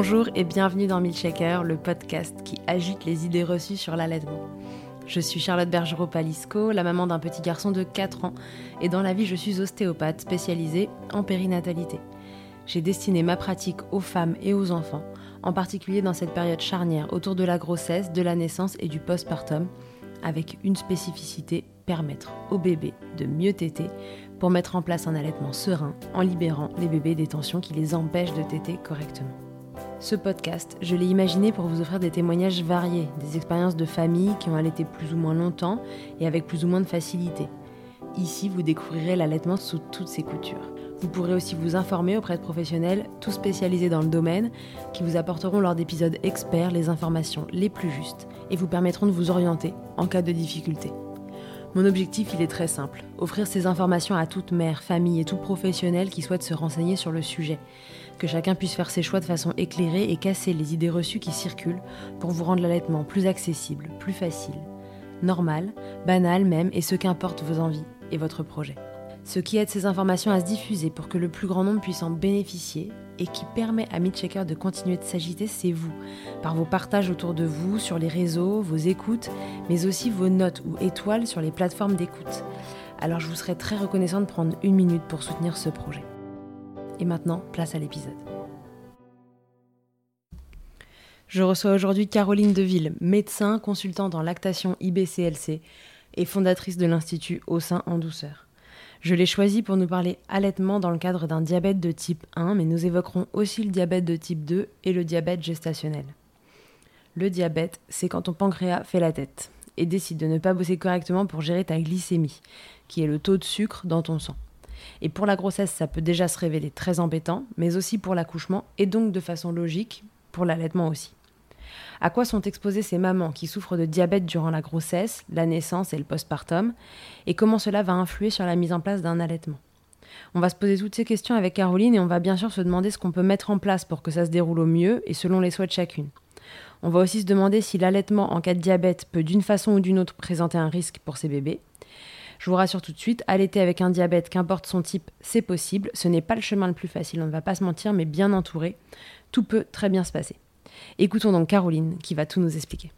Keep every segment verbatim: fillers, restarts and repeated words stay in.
Bonjour et bienvenue dans Milkshaker, le podcast qui agite les idées reçues sur l'allaitement. Je suis Charlotte Bergerot-Palisco, la maman d'un petit garçon de quatre ans, et dans la vie je suis ostéopathe spécialisée en périnatalité. J'ai destiné ma pratique aux femmes et aux enfants, en particulier dans cette période charnière autour de la grossesse, de la naissance et du postpartum, avec une spécificité, permettre au bébé de mieux téter pour mettre en place un allaitement serein en libérant les bébés des tensions qui les empêchent de téter correctement. Ce podcast, je l'ai imaginé pour vous offrir des témoignages variés, des expériences de familles qui ont allaité plus ou moins longtemps et avec plus ou moins de facilité. Ici, vous découvrirez l'allaitement sous toutes ses coutures. Vous pourrez aussi vous informer auprès de professionnels, tous spécialisés dans le domaine, qui vous apporteront lors d'épisodes experts les informations les plus justes et vous permettront de vous orienter en cas de difficulté. Mon objectif, il est très simple, offrir ces informations à toute mère, famille et tout professionnel qui souhaite se renseigner sur le sujet. Que chacun puisse faire ses choix de façon éclairée et casser les idées reçues qui circulent pour vous rendre l'allaitement plus accessible, plus facile, normal, banal même, et ce qu'importe vos envies et votre projet. Ce qui aide ces informations à se diffuser pour que le plus grand nombre puisse en bénéficier et qui permet à Milkshaker de continuer de s'agiter, c'est vous, par vos partages autour de vous, sur les réseaux, vos écoutes, mais aussi vos notes ou étoiles sur les plateformes d'écoute. Alors je vous serais très reconnaissante de prendre une minute pour soutenir ce projet. Et maintenant, place à l'épisode. Je reçois aujourd'hui Caroline Deville, médecin, consultante en lactation I B C L C et fondatrice de l'Institut Au sein en douceur. Je l'ai choisie pour nous parler allaitement dans le cadre d'un diabète de type un, mais nous évoquerons aussi le diabète de type deux et le diabète gestationnel. Le diabète, c'est quand ton pancréas fait la tête et décide de ne pas bosser correctement pour gérer ta glycémie, qui est le taux de sucre dans ton sang. Et pour la grossesse, ça peut déjà se révéler très embêtant, mais aussi pour l'accouchement et donc de façon logique, pour l'allaitement aussi. À quoi sont exposées ces mamans qui souffrent de diabète durant la grossesse, la naissance et le postpartum, et comment cela va influer sur la mise en place d'un allaitement ? On va se poser toutes ces questions avec Caroline et on va bien sûr se demander ce qu'on peut mettre en place pour que ça se déroule au mieux et selon les souhaits de chacune. On va aussi se demander si l'allaitement en cas de diabète peut d'une façon ou d'une autre présenter un risque pour ces bébés. Je vous rassure tout de suite, allaiter avec un diabète, qu'importe son type, c'est possible. Ce n'est pas le chemin le plus facile, on ne va pas se mentir, mais bien entouré, tout peut très bien se passer. Écoutons donc Caroline qui va tout nous expliquer.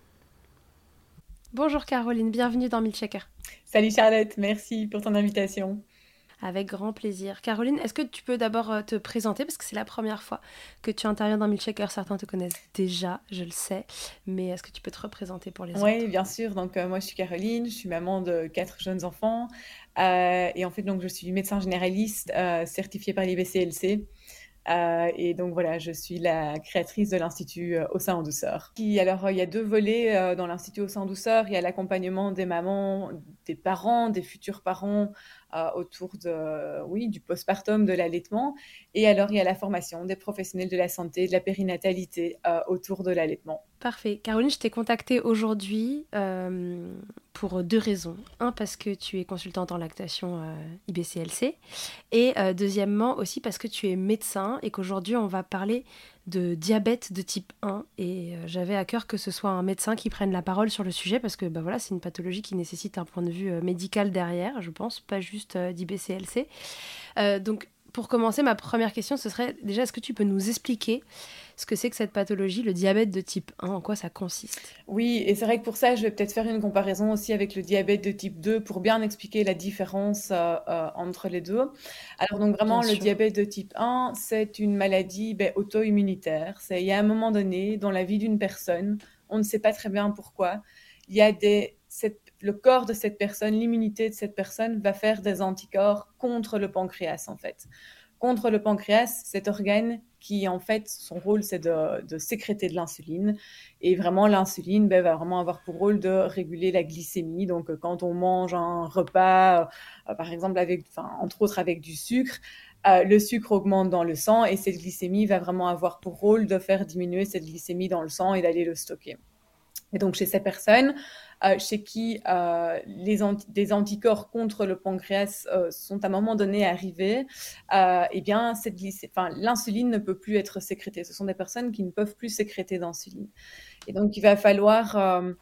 Bonjour Caroline, bienvenue dans Milkshaker. Salut Charlotte, merci pour ton invitation. Avec grand plaisir. Caroline, est-ce que tu peux d'abord te présenter parce que c'est la première fois que tu interviens dans Milkshaker. Certains te connaissent déjà, je le sais, mais est-ce que tu peux te représenter pour les Oui, autres ? Oui, bien sûr. Donc euh, moi je suis Caroline, je suis maman de quatre jeunes enfants euh, et en fait donc je suis médecin généraliste euh, certifiée par l'I B C L C. Euh, et donc voilà, je suis la créatrice de l'Institut euh, Au sein en douceur. Qui, alors, euh, il y a deux volets euh, dans l'Institut Au sein en douceur. Il y a l'accompagnement des mamans, des parents, des futurs parents euh, autour de, euh, oui, du postpartum, de l'allaitement. Et alors, il y a la formation des professionnels de la santé, de la périnatalité euh, autour de l'allaitement. Parfait. Caroline, je t'ai contactée aujourd'hui euh, pour deux raisons. Un, parce que tu es consultante en lactation euh, I B C L C. Et euh, deuxièmement, aussi parce que tu es médecin et qu'aujourd'hui, on va parler de diabète de type un. Et euh, j'avais à cœur que ce soit un médecin qui prenne la parole sur le sujet parce que bah, voilà, c'est une pathologie qui nécessite un point de vue euh, médical derrière, je pense, pas juste euh, d'I B C L C. Euh, donc, pour commencer, ma première question, ce serait déjà, est-ce que tu peux nous expliquer ce que c'est que cette pathologie, le diabète de type un, en quoi ça consiste ? Oui, et c'est vrai que pour ça, je vais peut-être faire une comparaison aussi avec le diabète de type deux pour bien expliquer la différence euh, euh, entre les deux. Alors donc vraiment, Bien le sûr. diabète de type un, c'est une maladie ben, auto-immunitaire. C'est, il y a un moment donné dans la vie d'une personne, on ne sait pas très bien pourquoi, il y a des, cette, le corps de cette personne, l'immunité de cette personne va faire des anticorps contre le pancréas en fait. Contre le pancréas, cet organe qui, en fait, son rôle, c'est de, de sécréter de l'insuline. Et vraiment, l'insuline ben, va vraiment avoir pour rôle de réguler la glycémie. Donc, euh, quand on mange un repas, euh, par exemple, avec, enfin, entre autres avec du sucre, euh, le sucre augmente dans le sang et cette glycémie va vraiment avoir pour rôle de faire diminuer cette glycémie dans le sang et d'aller le stocker. Et donc, chez ces personnes, euh, chez qui euh, les anti- des anticorps contre le pancréas euh, sont à un moment donné arrivés, euh, eh bien, cette glycé- enfin, l'insuline ne peut plus être sécrétée. Ce sont des personnes qui ne peuvent plus sécréter d'insuline. Et donc, il va falloir... Euh,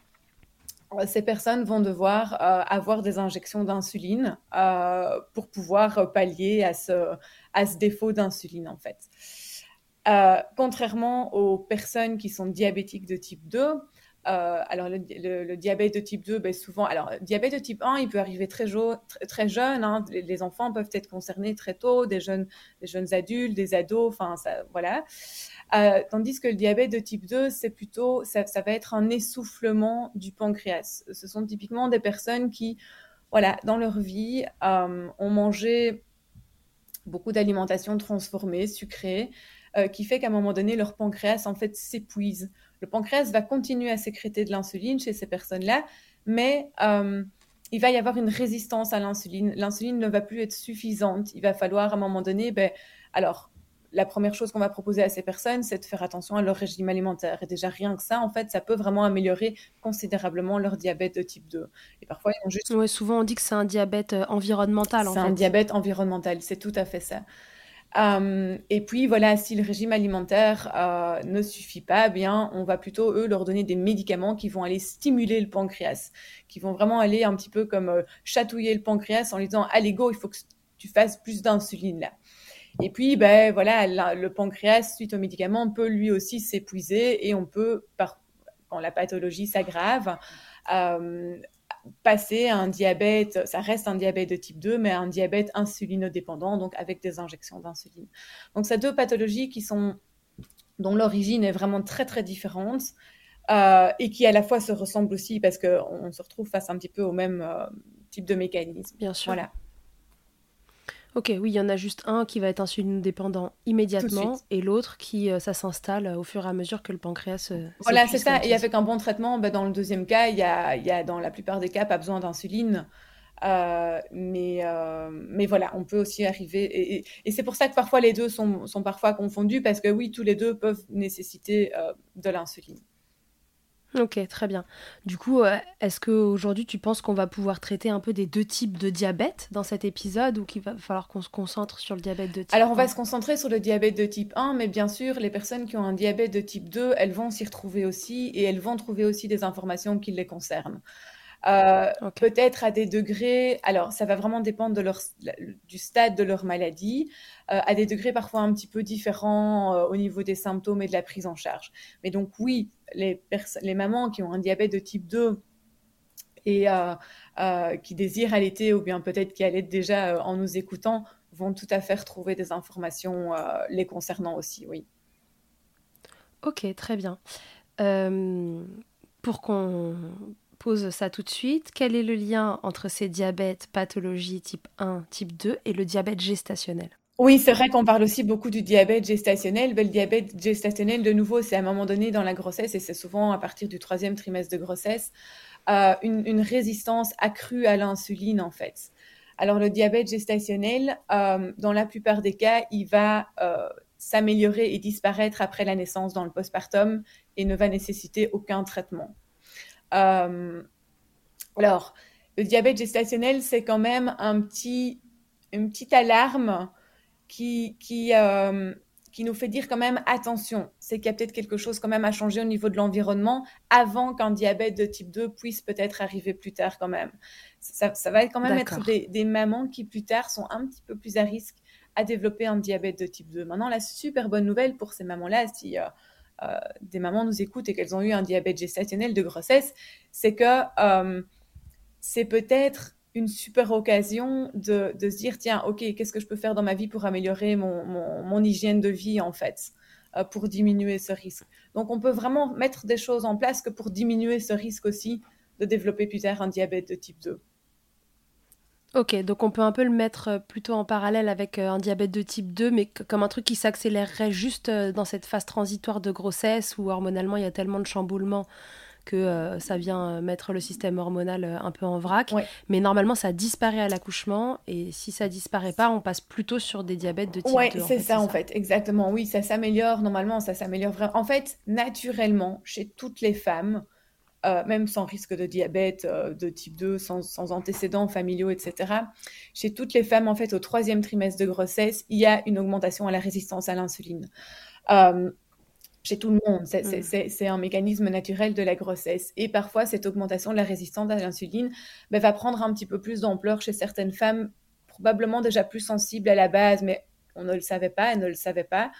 ces personnes vont devoir euh, avoir des injections d'insuline euh, pour pouvoir pallier à ce, à ce défaut d'insuline, en fait. Euh, contrairement aux personnes qui sont diabétiques de type deux, euh, alors le, le, le diabète de type deux, ben souvent, alors le diabète de type un, il peut arriver très, jo- très, très jeune, hein. Les, les enfants peuvent être concernés très tôt, des jeunes, des jeunes adultes, des ados, enfin ça, voilà. Euh, tandis que le diabète de type deux, c'est plutôt, ça, ça va être un essoufflement du pancréas. Ce sont typiquement des personnes qui, voilà, dans leur vie, euh, ont mangé beaucoup d'alimentation transformée, sucrée, euh, qui fait qu'à un moment donné, leur pancréas, en fait, s'épuise. Le pancréas va continuer à sécréter de l'insuline chez ces personnes-là, mais euh, il va y avoir une résistance à l'insuline. L'insuline ne va plus être suffisante. Il va falloir, à un moment donné, ben, alors, la première chose qu'on va proposer à ces personnes, c'est de faire attention à leur régime alimentaire. Et déjà, rien que ça, en fait, ça peut vraiment améliorer considérablement leur diabète de type deux. Et parfois, ils ont juste... Ouais, souvent on dit que c'est un diabète euh, environnemental en C'est un fait. diabète environnemental, c'est tout à fait ça. Euh, et puis voilà, si le régime alimentaire euh, ne suffit pas, eh bien, on va plutôt, eux, leur donner des médicaments qui vont aller stimuler le pancréas, qui vont vraiment aller un petit peu comme euh, chatouiller le pancréas en lui disant, allez, go, il faut que tu fasses plus d'insuline là. Et puis, ben voilà, la, le pancréas, suite aux médicaments, peut lui aussi s'épuiser et on peut, par, quand la pathologie s'aggrave, euh, passer à un diabète, ça reste un diabète de type deux, mais un diabète insulinodépendant, donc avec des injections d'insuline. Donc, c'est deux pathologies qui sont, dont l'origine est vraiment très, très différente euh, et qui à la fois se ressemblent aussi parce qu'on se retrouve face un petit peu au même euh, type de mécanisme. Bien sûr. Voilà. Ok, oui, il y en a juste un qui va être insulinodépendant Tout de immédiatement suite. et l'autre qui, euh, ça s'installe euh, au fur et à mesure que le pancréas euh, Voilà, c'est s'épuise, comme ça. tu Et dis. avec un bon traitement, ben, dans le deuxième cas, il y a, il y a dans la plupart des cas pas besoin d'insuline. Euh, mais, euh, mais voilà, on peut aussi arriver. Et, et, et c'est pour ça que parfois les deux sont, sont parfois confondus, parce que oui, tous les deux peuvent nécessiter euh, de l'insuline. Ok, très bien. Du coup, euh, est-ce qu'aujourd'hui tu penses qu'on va pouvoir traiter un peu des deux types de diabète dans cet épisode ou qu'il va falloir qu'on se concentre sur le diabète de type Alors, on va un? se concentrer sur le diabète de type un, mais bien sûr, les personnes qui ont un diabète de type deux, elles vont s'y retrouver aussi et elles vont trouver aussi des informations qui les concernent. Euh, Ok, peut-être à des degrés, alors ça va vraiment dépendre de leur, du stade de leur maladie, euh, à des degrés parfois un petit peu différents euh, au niveau des symptômes et de la prise en charge. Mais donc oui, les, les mamans qui ont un diabète de type deux et euh, euh, qui désirent allaiter ou bien peut-être qui allaitent déjà euh, en nous écoutant vont tout à fait retrouver des informations euh, les concernant aussi, oui. ok, très bien. Euh, pour qu'on pose ça tout de suite, quel est le lien entre ces diabètes, pathologies type un, type deux et le diabète gestationnel? Oui, c'est vrai qu'on parle aussi beaucoup du diabète gestationnel. Ben, le diabète gestationnel, de nouveau, c'est à un moment donné dans la grossesse et c'est souvent à partir du troisième trimestre de grossesse, euh, une, une résistance accrue à l'insuline en fait. Alors le diabète gestationnel, euh, dans la plupart des cas, il va euh, s'améliorer et disparaître après la naissance dans le postpartum et ne va nécessiter aucun traitement. Euh, alors, le diabète gestationnel, c'est quand même un petit, une petite alarme qui, qui, euh, qui nous fait dire quand même attention, c'est qu'il y a peut-être quelque chose quand même à changer au niveau de l'environnement avant qu'un diabète de type deux puisse peut-être arriver plus tard quand même. Ça, ça va quand même être D'accord. des, des mamans qui plus tard sont un petit peu plus à risque à développer un diabète de type deux. Maintenant, la super bonne nouvelle pour ces mamans-là, si euh, euh, des mamans nous écoutent et qu'elles ont eu un diabète gestationnel de grossesse, c'est que euh, c'est peut-être une super occasion de, de se dire, tiens, ok, qu'est-ce que je peux faire dans ma vie pour améliorer mon, mon, mon hygiène de vie, en fait, euh, pour diminuer ce risque. Donc, on peut vraiment mettre des choses en place que pour diminuer ce risque aussi de développer plus tard un diabète de type deux. Ok, donc on peut un peu le mettre euh, plutôt en parallèle avec euh, un diabète de type deux, mais c- comme un truc qui s'accélérerait juste euh, dans cette phase transitoire de grossesse où hormonalement il y a tellement de chamboulements que euh, ça vient euh, mettre le système hormonal euh, un peu en vrac. Ouais. Mais normalement, ça disparaît à l'accouchement et si ça disparaît pas, on passe plutôt sur des diabètes de type Ouais, deux, en c'est fait, c'est ça en ça. fait, exactement. Oui, ça s'améliore normalement, ça s'améliore vraiment. En fait, naturellement, chez toutes les femmes, euh, même sans risque de diabète euh, de type deux, sans, sans antécédents familiaux, et cetera. Chez toutes les femmes, en fait, au troisième trimestre de grossesse, il y a une augmentation à la résistance à l'insuline. Euh, Chez tout le monde, c'est, c'est, Hmm. c'est, c'est un mécanisme naturel de la grossesse. Et parfois, cette augmentation de la résistance à l'insuline ben, va prendre un petit peu plus d'ampleur chez certaines femmes, probablement déjà plus sensibles à la base, mais on ne le savait pas, elles ne le savaient pas.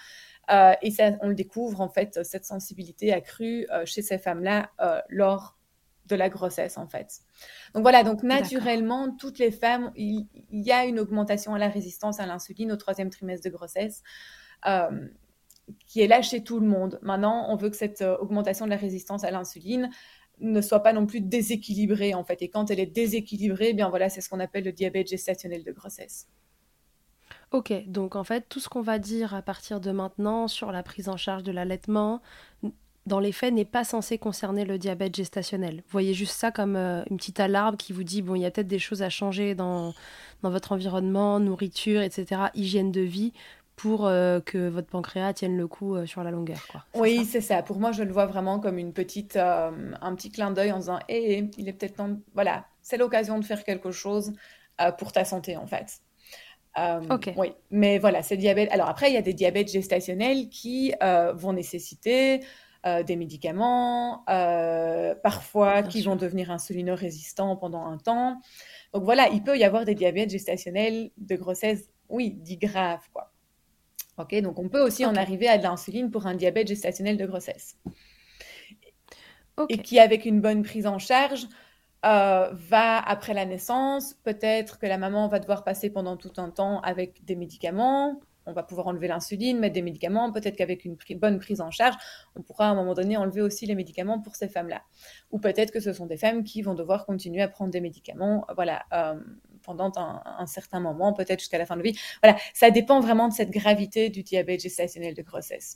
Euh, et ça, on le découvre, en fait, cette sensibilité accrue euh, chez ces femmes-là euh, lors de la grossesse, en fait. Donc voilà, donc D'accord. naturellement, toutes les femmes, il, il y a une augmentation à la résistance à l'insuline au troisième trimestre de grossesse. Euh, qui est là chez tout le monde. Maintenant, on veut que cette euh, augmentation de la résistance à l'insuline ne soit pas non plus déséquilibrée, en fait. Et quand elle est déséquilibrée, eh bien voilà, c'est ce qu'on appelle le diabète gestationnel de grossesse. Ok, donc en fait, tout ce qu'on va dire à partir de maintenant sur la prise en charge de l'allaitement, n- dans les faits, n'est pas censé concerner le diabète gestationnel. Vous voyez juste ça comme euh, une petite alarme qui vous dit, bon, il y a peut-être des choses à changer dans, dans votre environnement, nourriture, et cetera, hygiène de vie, pour euh, que votre pancréas tienne le coup euh, sur la longueur, quoi. C'est Oui, ça? c'est ça. Pour moi, je le vois vraiment comme une petite, euh, un petit clin d'œil en disant, hé, hey, il est peut-être temps, voilà, c'est l'occasion de faire quelque chose euh, pour ta santé, en fait. Euh, Ok, oui, mais voilà, c'est le diabète. Alors après, il y a des diabètes gestationnels qui euh, vont nécessiter euh, des médicaments, euh, parfois bien qui vont sûr. devenir insulino-résistants pendant un temps. Donc voilà, il peut y avoir des diabètes gestationnels de grossesse, oui, dits graves, quoi. Ok, donc on peut aussi en Ok, arriver à de l'insuline pour un diabète gestationnel de grossesse. ok, Et qui, avec une bonne prise en charge, euh, va après la naissance. Peut-être que la maman va devoir passer pendant tout un temps avec des médicaments. On va pouvoir enlever l'insuline, mettre des médicaments. Peut-être qu'avec une pri- bonne prise en charge, on pourra à un moment donné enlever aussi les médicaments pour ces femmes-là. Ou peut-être que ce sont des femmes qui vont devoir continuer à prendre des médicaments, voilà, euh, pendant un, un certain moment, peut-être jusqu'à la fin de vie. Voilà, ça dépend vraiment de cette gravité du diabète gestationnel de grossesse.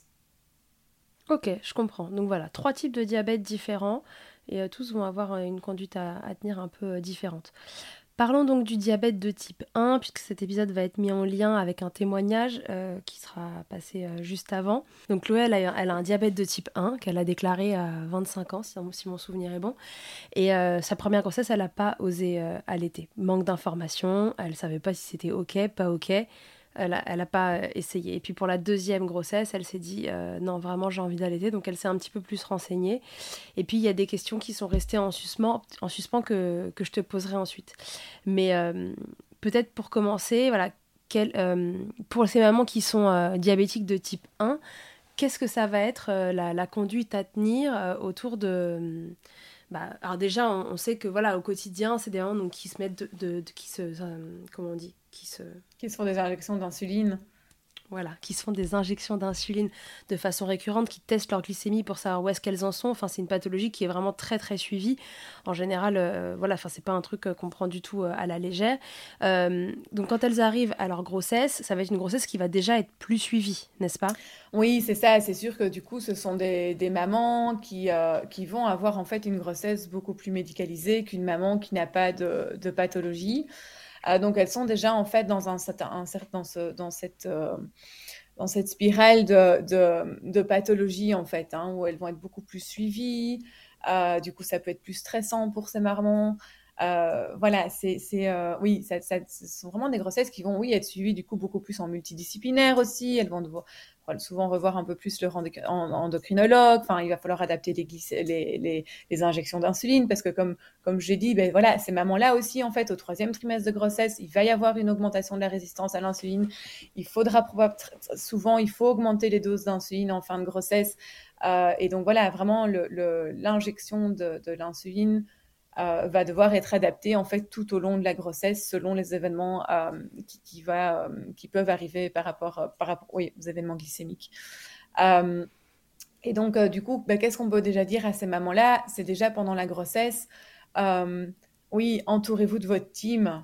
ok, je comprends. Donc voilà, trois types de diabète différents et euh, tous vont avoir euh, une conduite à, à tenir un peu euh, différente. Parlons donc du diabète de type un, puisque cet épisode va être mis en lien avec un témoignage euh, qui sera passé euh, juste avant. Donc Chloé, elle a, elle a un diabète de type un qu'elle a déclaré à vingt-cinq ans, si, si mon souvenir est bon. Et euh, sa première grossesse, elle n'a pas osé euh, allaiter. Manque d'informations, elle ne savait pas si c'était ok, pas ok. Elle n'a elle a pas euh, essayé. Et puis pour la deuxième grossesse, elle s'est dit euh, non, vraiment, j'ai envie d'allaiter. Donc elle s'est un petit peu plus renseignée. Et puis il y a des questions qui sont restées en suspens, en suspens que, que je te poserai ensuite. Mais euh, peut-être pour commencer, voilà, quel, euh, pour ces mamans qui sont euh, diabétiques de type un, qu'est-ce que ça va être euh, la, la conduite à tenir euh, autour de... Bah, alors déjà, on, on sait que voilà, au quotidien, c'est des mamans donc, qui se mettent de, de- de- qui se, euh, comment on dit, qui se, Qui se font des injections d'insuline. voilà, qui se font des injections d'insuline de façon récurrente, qui testent leur glycémie pour savoir où est-ce qu'elles en sont. Enfin, c'est une pathologie qui est vraiment très très suivie. En général, euh, voilà, enfin, c'est pas un truc euh, qu'on prend du tout euh, à la légère. Euh, donc, quand elles arrivent à leur grossesse, ça va être une grossesse qui va déjà être plus suivie, n'est-ce pas? Oui, c'est ça. C'est sûr que du coup, ce sont des, des mamans qui, euh, qui vont avoir en fait une grossesse beaucoup plus médicalisée qu'une maman qui n'a pas de, de pathologie. Euh, donc, elles sont déjà en fait dans un certain, un certain- dans ce, dans cette, euh, dans cette spirale de, de, de pathologie en fait, hein, où elles vont être beaucoup plus suivies. Euh, du coup, ça peut être plus stressant pour ces mamans. Euh, voilà, c'est, c'est euh, oui, ça, ça, ce sont vraiment des grossesses qui vont, oui, être suivies du coup beaucoup plus en multidisciplinaire aussi. Elles vont devoir souvent revoir un peu plus leur endocrinologue. Enfin, il va falloir adapter les, glycé- les, les, les injections d'insuline parce que comme comme j'ai dit, ben voilà, ces mamans-là aussi, en fait, au troisième trimestre de grossesse, il va y avoir une augmentation de la résistance à l'insuline. Il faudra probablement, souvent, il faut augmenter les doses d'insuline en fin de grossesse. Euh, et donc voilà, vraiment, le, le, l'injection de, de l'insuline euh, va devoir être adaptée en fait tout au long de la grossesse selon les événements euh, qui, qui, va, euh, qui peuvent arriver par rapport, par rapport oui, aux événements glycémiques. Euh, et donc, euh, du coup, bah, qu'est-ce qu'on peut déjà dire à ces mamans-là? C'est déjà pendant la grossesse, euh, oui, entourez-vous de votre team,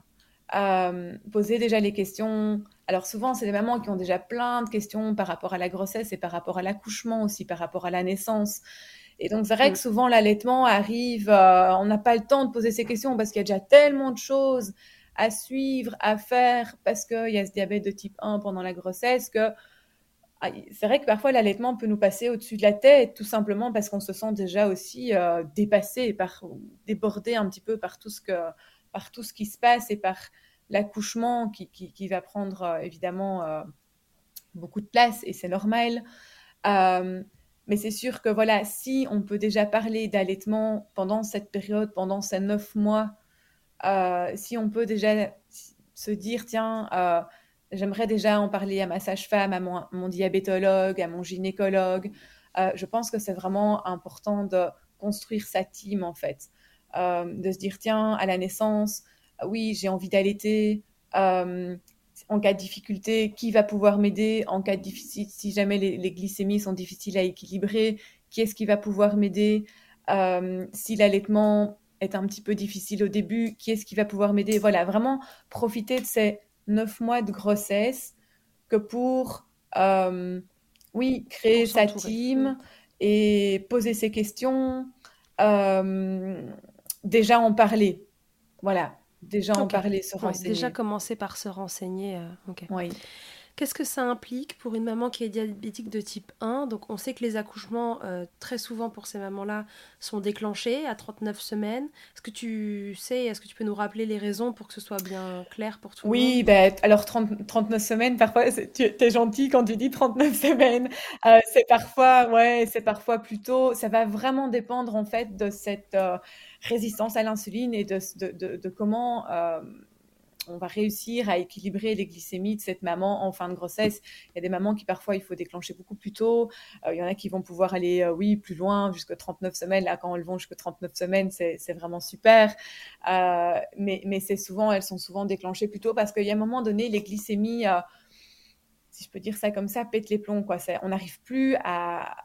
euh, posez déjà les questions. Alors souvent, c'est des mamans qui ont déjà plein de questions par rapport à la grossesse et par rapport à l'accouchement aussi, par rapport à la naissance. Et donc, c'est vrai que Mm. souvent, l'allaitement arrive, euh, on n'a pas le temps de poser ces questions parce qu'il y a déjà tellement de choses à suivre, à faire, parce qu'il y a ce diabète de type un pendant la grossesse que ah, c'est vrai que parfois l'allaitement peut nous passer au-dessus de la tête, tout simplement parce qu'on se sent déjà aussi euh, dépassé, par, débordé un petit peu par tout ce que, par tout ce qui se passe et par l'accouchement qui, qui, qui va prendre euh, évidemment euh, beaucoup de place et c'est normal. Euh, mais c'est sûr que voilà, si on peut déjà parler d'allaitement pendant cette période, pendant ces neuf mois, euh, si on peut déjà se dire, tiens, euh, j'aimerais déjà en parler à ma sage-femme, à mon, mon diabétologue, à mon gynécologue. Euh, je pense que c'est vraiment important de construire sa team, en fait. Euh, de se dire, tiens, à la naissance, oui, j'ai envie d'allaiter. Euh, en cas de difficulté, qui va pouvoir m'aider? En cas de difficile, si jamais les, les glycémies sont difficiles à équilibrer, qui est-ce qui va pouvoir m'aider? Euh, si l'allaitement est un petit peu difficile au début, qui est-ce qui va pouvoir m'aider? Voilà, vraiment profiter de ces neuf mois de grossesse que pour, euh, oui, créer Pour sa s'entourer. Mm. team et poser ses questions, euh, déjà en parler. Voilà, déjà en Ok. parler, se Ouais, déjà renseigner. commencer par se renseigner. euh, ok. Oui. Qu'est-ce que ça implique pour une maman qui est diabétique de type un? Donc on sait que les accouchements, euh, très souvent pour ces mamans-là, sont déclenchés à trente-neuf semaines. Est-ce que tu sais, est-ce que tu peux nous rappeler les raisons pour que ce soit bien clair pour tout le monde? Oui, ben, alors trente, trente-neuf semaines, parfois, c'est- tu es gentil quand tu dis trente-neuf semaines. Euh, c'est parfois, ouais, c'est parfois plutôt, ça va vraiment dépendre en fait de cette euh, résistance à l'insuline et de, de, de, de comment euh, on va réussir à équilibrer les glycémies de cette maman en fin de grossesse. Il y a des mamans qui parfois il faut déclencher beaucoup plus tôt. Euh, il y en a qui vont pouvoir aller, euh, oui, plus loin, jusqu'à trente-neuf semaines. Là, quand elles vont jusqu'à trente-neuf semaines, c'est, c'est vraiment super. Euh, mais mais c'est souvent, elles sont souvent déclenchées plus tôt parce qu'il y a un moment donné, les glycémies, euh, si je peux dire ça comme ça, pètent les plombs, quoi. C'est, on n'arrive plus à...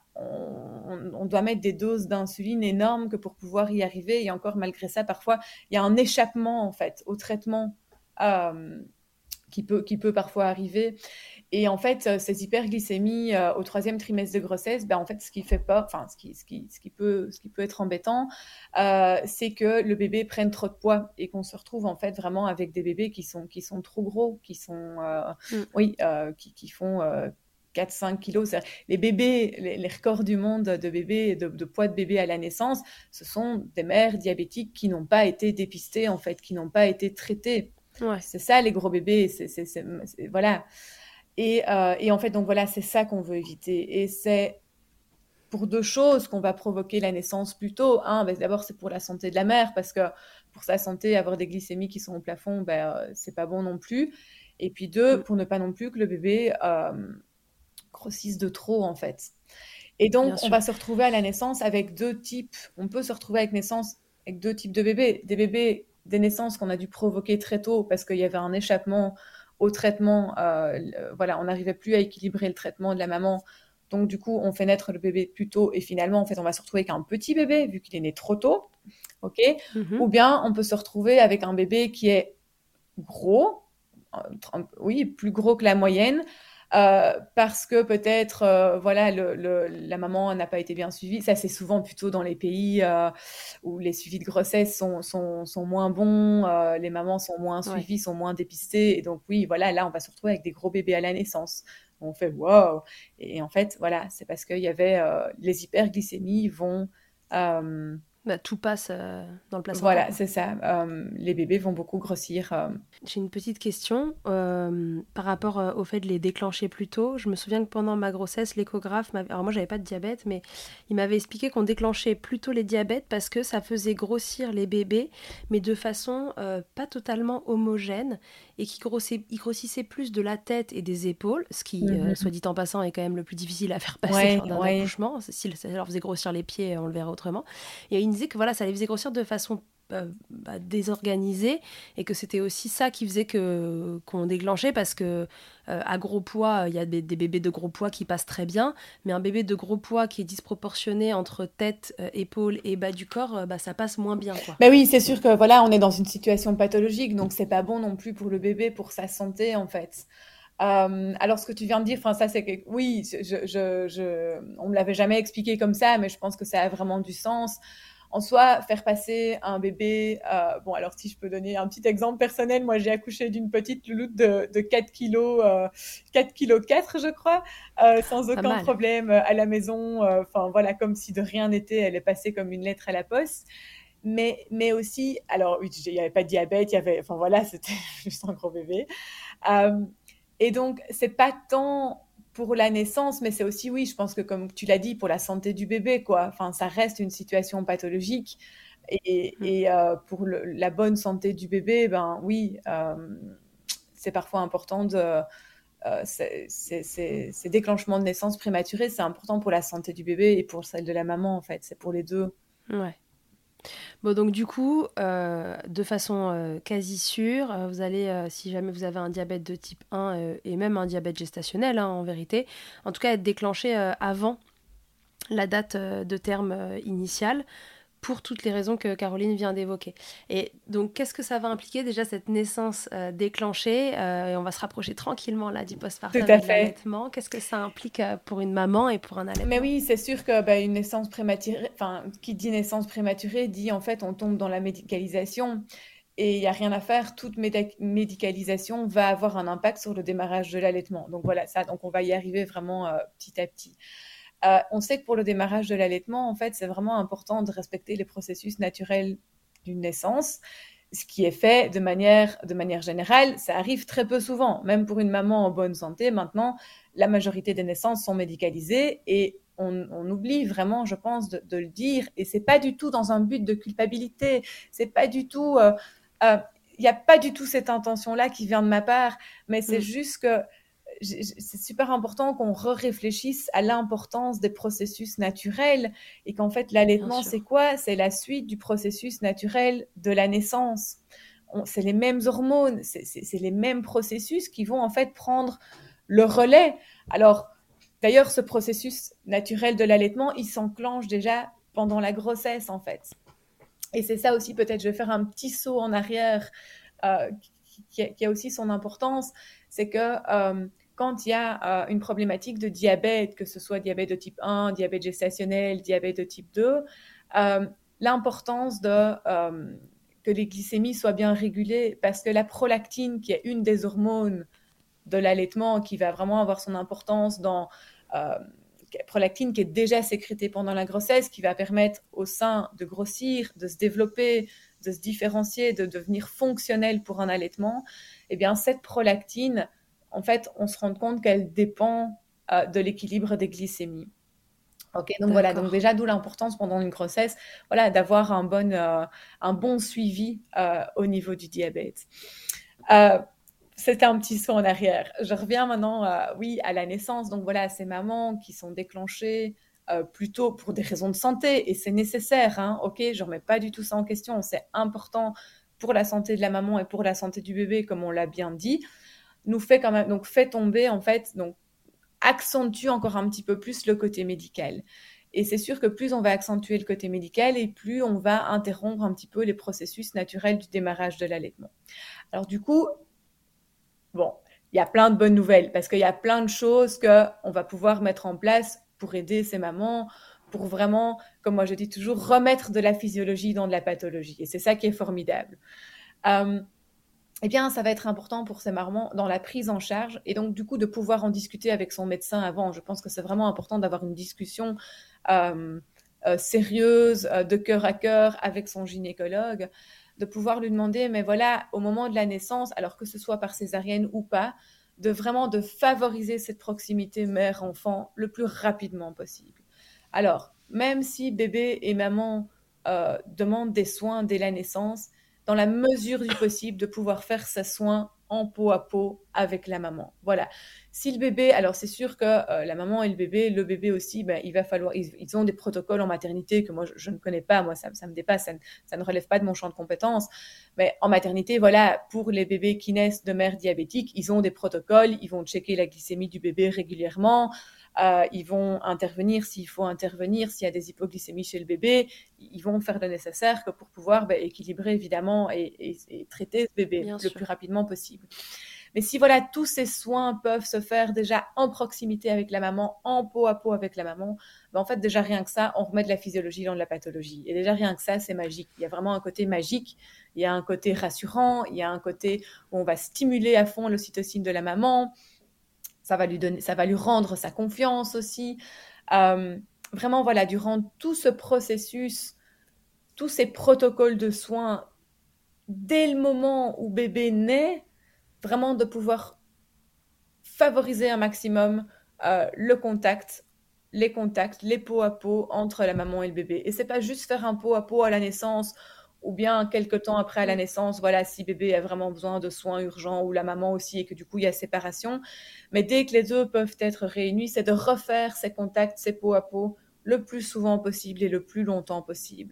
On, on, doit mettre des doses d'insuline énormes que pour pouvoir y arriver. Et encore, malgré ça, parfois, il y a un échappement, en fait, au traitement euh, qui peut, qui peut parfois arriver. Et en fait, euh, ces hyperglycémies euh, au troisième trimestre de grossesse, ben, en fait, ce qui fait peur, enfin, ce qui, ce qui, ce qui peut, ce qui peut être embêtant, euh, c'est que le bébé prenne trop de poids et qu'on se retrouve en fait vraiment avec des bébés qui sont, qui sont trop gros, qui sont, euh, Mm. oui, euh, qui, qui font euh, quatre cinq kilos. Les bébés, les, les, records du monde de bébés, de, de poids de bébé à la naissance, ce sont des mères diabétiques qui n'ont pas été dépistées, en fait, qui n'ont pas été traitées. Ouais. C'est ça, les gros bébés. C'est, c'est, c'est, c'est, voilà. Et, euh, et en fait, donc voilà, c'est ça qu'on veut éviter. Et c'est pour deux choses qu'on va provoquer la naissance plus tôt. Un, ben, d'abord, c'est pour la santé de la mère, parce que pour sa santé, avoir des glycémies qui sont au plafond, ben, euh, c'est pas bon non plus. Et puis deux, Mm. pour ne pas non plus que le bébé euh, grossisse de trop, en fait. Et donc, Bien on sûr. va se retrouver à la naissance avec deux types. On peut se retrouver avec naissance avec deux types de bébés. Des bébés, des naissances qu'on a dû provoquer très tôt parce qu'il y avait un échappement au traitement. Euh, voilà, on n'arrivait plus à équilibrer le traitement de la maman. Donc, du coup, on fait naître le bébé plus tôt et finalement, en fait, on va se retrouver avec un petit bébé vu qu'il est né trop tôt. OK? Mm-hmm. Ou bien, on peut se retrouver avec un bébé qui est gros, oui, plus gros que la moyenne, euh, parce que peut-être, euh, voilà, le, le, la maman n'a pas été bien suivie. Ça, c'est souvent plutôt dans les pays euh, où les suivis de grossesse sont, sont, sont moins bons, euh, les mamans sont moins suivies, ouais. sont moins dépistées. Et donc, oui, voilà, là, on va se retrouver avec des gros bébés à la naissance. On fait wow. Et en fait, voilà, c'est parce qu'il y avait euh, les hyperglycémies vont euh, bah, tout passe euh, dans le placenta. Voilà, quoi. c'est ça. Euh, les bébés vont beaucoup grossir. Euh... J'ai une petite question euh, par rapport euh, au fait de les déclencher plus tôt. Je me souviens que pendant ma grossesse, l'échographe m'avait... Alors moi, j'avais pas de diabète, mais il m'avait expliqué qu'on déclenchait plutôt les diabètes parce que ça faisait grossir les bébés, mais de façon euh, pas totalement homogène, et qu'ils grossissaient, ils grossissaient plus de la tête et des épaules, ce qui, mm-hmm. euh, soit dit en passant, est quand même le plus difficile à faire passer ouais, lors d'un ouais. accouchement. Si ça leur faisait grossir les pieds, on le verrait autrement. Et il me disait que voilà, ça les faisait grossir de façon euh, bah, désorganisée, et que c'était aussi ça qui faisait que, qu'on déclenchait, parce que euh, à gros poids, il y a des, des bébés de gros poids qui passent très bien, mais un bébé de gros poids qui est disproportionné entre tête, euh, épaules et bas du corps, euh, bah, ça passe moins bien, quoi. Bah oui, c'est sûr que voilà, on est dans une situation pathologique, donc c'est pas bon non plus pour le bébé, pour sa santé en fait. Euh, alors, ce que tu viens de dire, enfin, ça, c'est que oui, je, je, je, on me l'avait jamais expliqué comme ça, mais je pense que ça a vraiment du sens. En soi, faire passer un bébé, euh, bon, alors si je peux donner un petit exemple personnel, moi j'ai accouché d'une petite louloute de, de quatre kilos, euh, quatre kilos quatre, je crois, euh, sans aucun problème à la maison, enfin euh, voilà, comme si de rien n'était, elle est passée comme une lettre à la poste. Mais, mais aussi, alors oui, il n'y avait pas de diabète, il y avait, enfin voilà, c'était juste un gros bébé. Euh, et donc, c'est pas tant pour la naissance, mais c'est aussi, oui, je pense que comme tu l'as dit, pour la santé du bébé, quoi. Enfin, ça reste une situation pathologique. Et, mmh. et euh, pour le, la bonne santé du bébé, ben oui, euh, c'est parfois important de... Euh, c'est- c'est- c'est- ces déclenchements de naissance prématurés, c'est important pour la santé du bébé et pour celle de la maman, en fait. C'est pour les deux. Ouais. Bon, donc du coup, euh, de façon euh, quasi sûre, euh, vous allez, euh, si jamais vous avez un diabète de type un euh, et même un diabète gestationnel, hein, en vérité, en tout cas être déclenché euh, avant la date euh, de terme euh, initiale, pour toutes les raisons que Caroline vient d'évoquer. Et donc, qu'est-ce que ça va impliquer déjà cette naissance euh, déclenchée euh, et on va se rapprocher tranquillement là du Tout postpartum à et de fait. l'allaitement. Qu'est-ce que ça implique euh, pour une maman et pour un Mais allaitement? oui, c'est sûr que bah, une naissance prématurée, enfin, qui dit naissance prématurée, dit en fait on tombe dans la médicalisation. Et il n'y a rien à faire, toute méda- médicalisation va avoir un impact sur le démarrage de l'allaitement. Donc voilà, ça, donc on va y arriver vraiment euh, petit à petit. Euh, on sait que pour le démarrage de l'allaitement, en fait, c'est vraiment important de respecter les processus naturels d'une naissance, ce qui est fait de manière, de manière générale. Ça arrive très peu souvent, même pour une maman en bonne santé. Maintenant, la majorité des naissances sont médicalisées et on, on oublie vraiment, je pense, de, de le dire. Et c'est pas du tout dans un but de culpabilité. C'est pas du tout. Euh, euh, il n'y a pas du tout cette intention-là qui vient de ma part, mais c'est Mm. juste que c'est super important qu'on réfléchisse à l'importance des processus naturels et qu'en fait, Bien l'allaitement, c'est sûr. quoi? C'est la suite du processus naturel de la naissance. C'est les mêmes hormones, c'est les mêmes processus qui vont en fait prendre le relais. Alors, d'ailleurs, ce processus naturel de l'allaitement, il s'enclenche déjà pendant la grossesse, en fait. Et c'est ça aussi, peut-être, je vais faire un petit saut en arrière euh, qui, a, qui, a, aussi son importance, c'est que euh, quand il y a euh, une problématique de diabète, que ce soit diabète de type un, diabète gestationnel, diabète de type deux, euh, l'importance de euh, que les glycémies soient bien régulées, parce que la prolactine, qui est une des hormones de l'allaitement, qui va vraiment avoir son importance dans... Euh, prolactine qui est déjà sécrétée pendant la grossesse, qui va permettre au sein de grossir, de se développer, de se différencier, de devenir fonctionnel pour un allaitement, eh bien cette prolactine, en fait, on se rend compte qu'elle dépend euh, de l'équilibre des glycémies. Ok, donc voilà, donc déjà d'où l'importance pendant une grossesse, voilà, d'avoir un bon, euh, un bon suivi euh, au niveau du diabète. Euh, C'était un petit saut en arrière. Je reviens maintenant, euh, oui, à la naissance. Donc voilà, ces mamans qui sont déclenchées euh, plutôt pour des raisons de santé, et c'est nécessaire, hein, ok, je ne remets pas du tout ça en question, c'est important pour la santé de la maman et pour la santé du bébé, comme on l'a bien dit, nous fait quand même, donc fait tomber, en fait, donc accentue encore un petit peu plus le côté médical. Et c'est sûr que plus on va accentuer le côté médical et plus on va interrompre un petit peu les processus naturels du démarrage de l'allaitement. Alors du coup, bon, il y a plein de bonnes nouvelles parce qu'il y a plein de choses qu'on va pouvoir mettre en place pour aider ces mamans, pour vraiment, comme moi je dis toujours, remettre de la physiologie dans de la pathologie. Et c'est ça qui est formidable. Euh, eh bien, ça va être important pour ces mamans dans la prise en charge et donc du coup de pouvoir en discuter avec son médecin avant. Je pense que c'est vraiment important d'avoir une discussion euh, euh, sérieuse, euh, de cœur à cœur avec son gynécologue, de pouvoir lui demander, mais voilà, au moment de la naissance, alors que ce soit par césarienne ou pas, de vraiment de favoriser cette proximité mère-enfant le plus rapidement possible. Alors, même si bébé et maman euh, demandent des soins dès la naissance, dans la mesure du possible, de pouvoir faire ces soins en peau à peau avec la maman. Voilà. Si le bébé, alors c'est sûr que euh, la maman et le bébé, le bébé aussi, ben, il va falloir, ils, ils, ont des protocoles en maternité que moi je, je ne connais pas, moi ça, ça me dépasse, ça ne, ça ne relève pas de mon champ de compétences. Mais en maternité, voilà, pour les bébés qui naissent de mère diabétique, ils ont des protocoles, ils vont checker la glycémie du bébé régulièrement. Euh, ils vont intervenir s'il faut intervenir, s'il y a des hypoglycémies chez le bébé, ils vont faire le nécessaire que pour pouvoir bah, équilibrer évidemment et, et, et traiter ce bébé Bien le sûr. plus rapidement possible. Mais si voilà, tous ces soins peuvent se faire déjà en proximité avec la maman, en peau à peau avec la maman, ben en fait déjà rien que ça, on remet de la physiologie dans de la pathologie. Et déjà rien que ça, c'est magique. Il y a vraiment un côté magique, il y a un côté rassurant, il y a un côté où on va stimuler à fond l'ocytocine de la maman. Ça va lui donner, ça va lui rendre sa confiance aussi. Euh, vraiment, voilà, durant tout ce processus, tous ces protocoles de soins, dès le moment où bébé naît, vraiment de pouvoir favoriser un maximum euh, le contact, les contacts, les peau à peau entre la maman et le bébé. Et c'est pas juste faire un peau à peau à la naissance ou bien quelques temps après à la naissance, voilà, si bébé a vraiment besoin de soins urgents ou la maman aussi et que du coup il y a séparation. Mais dès que les deux peuvent être réunis, c'est de refaire ces contacts, ces peau à peau le plus souvent possible et le plus longtemps possible.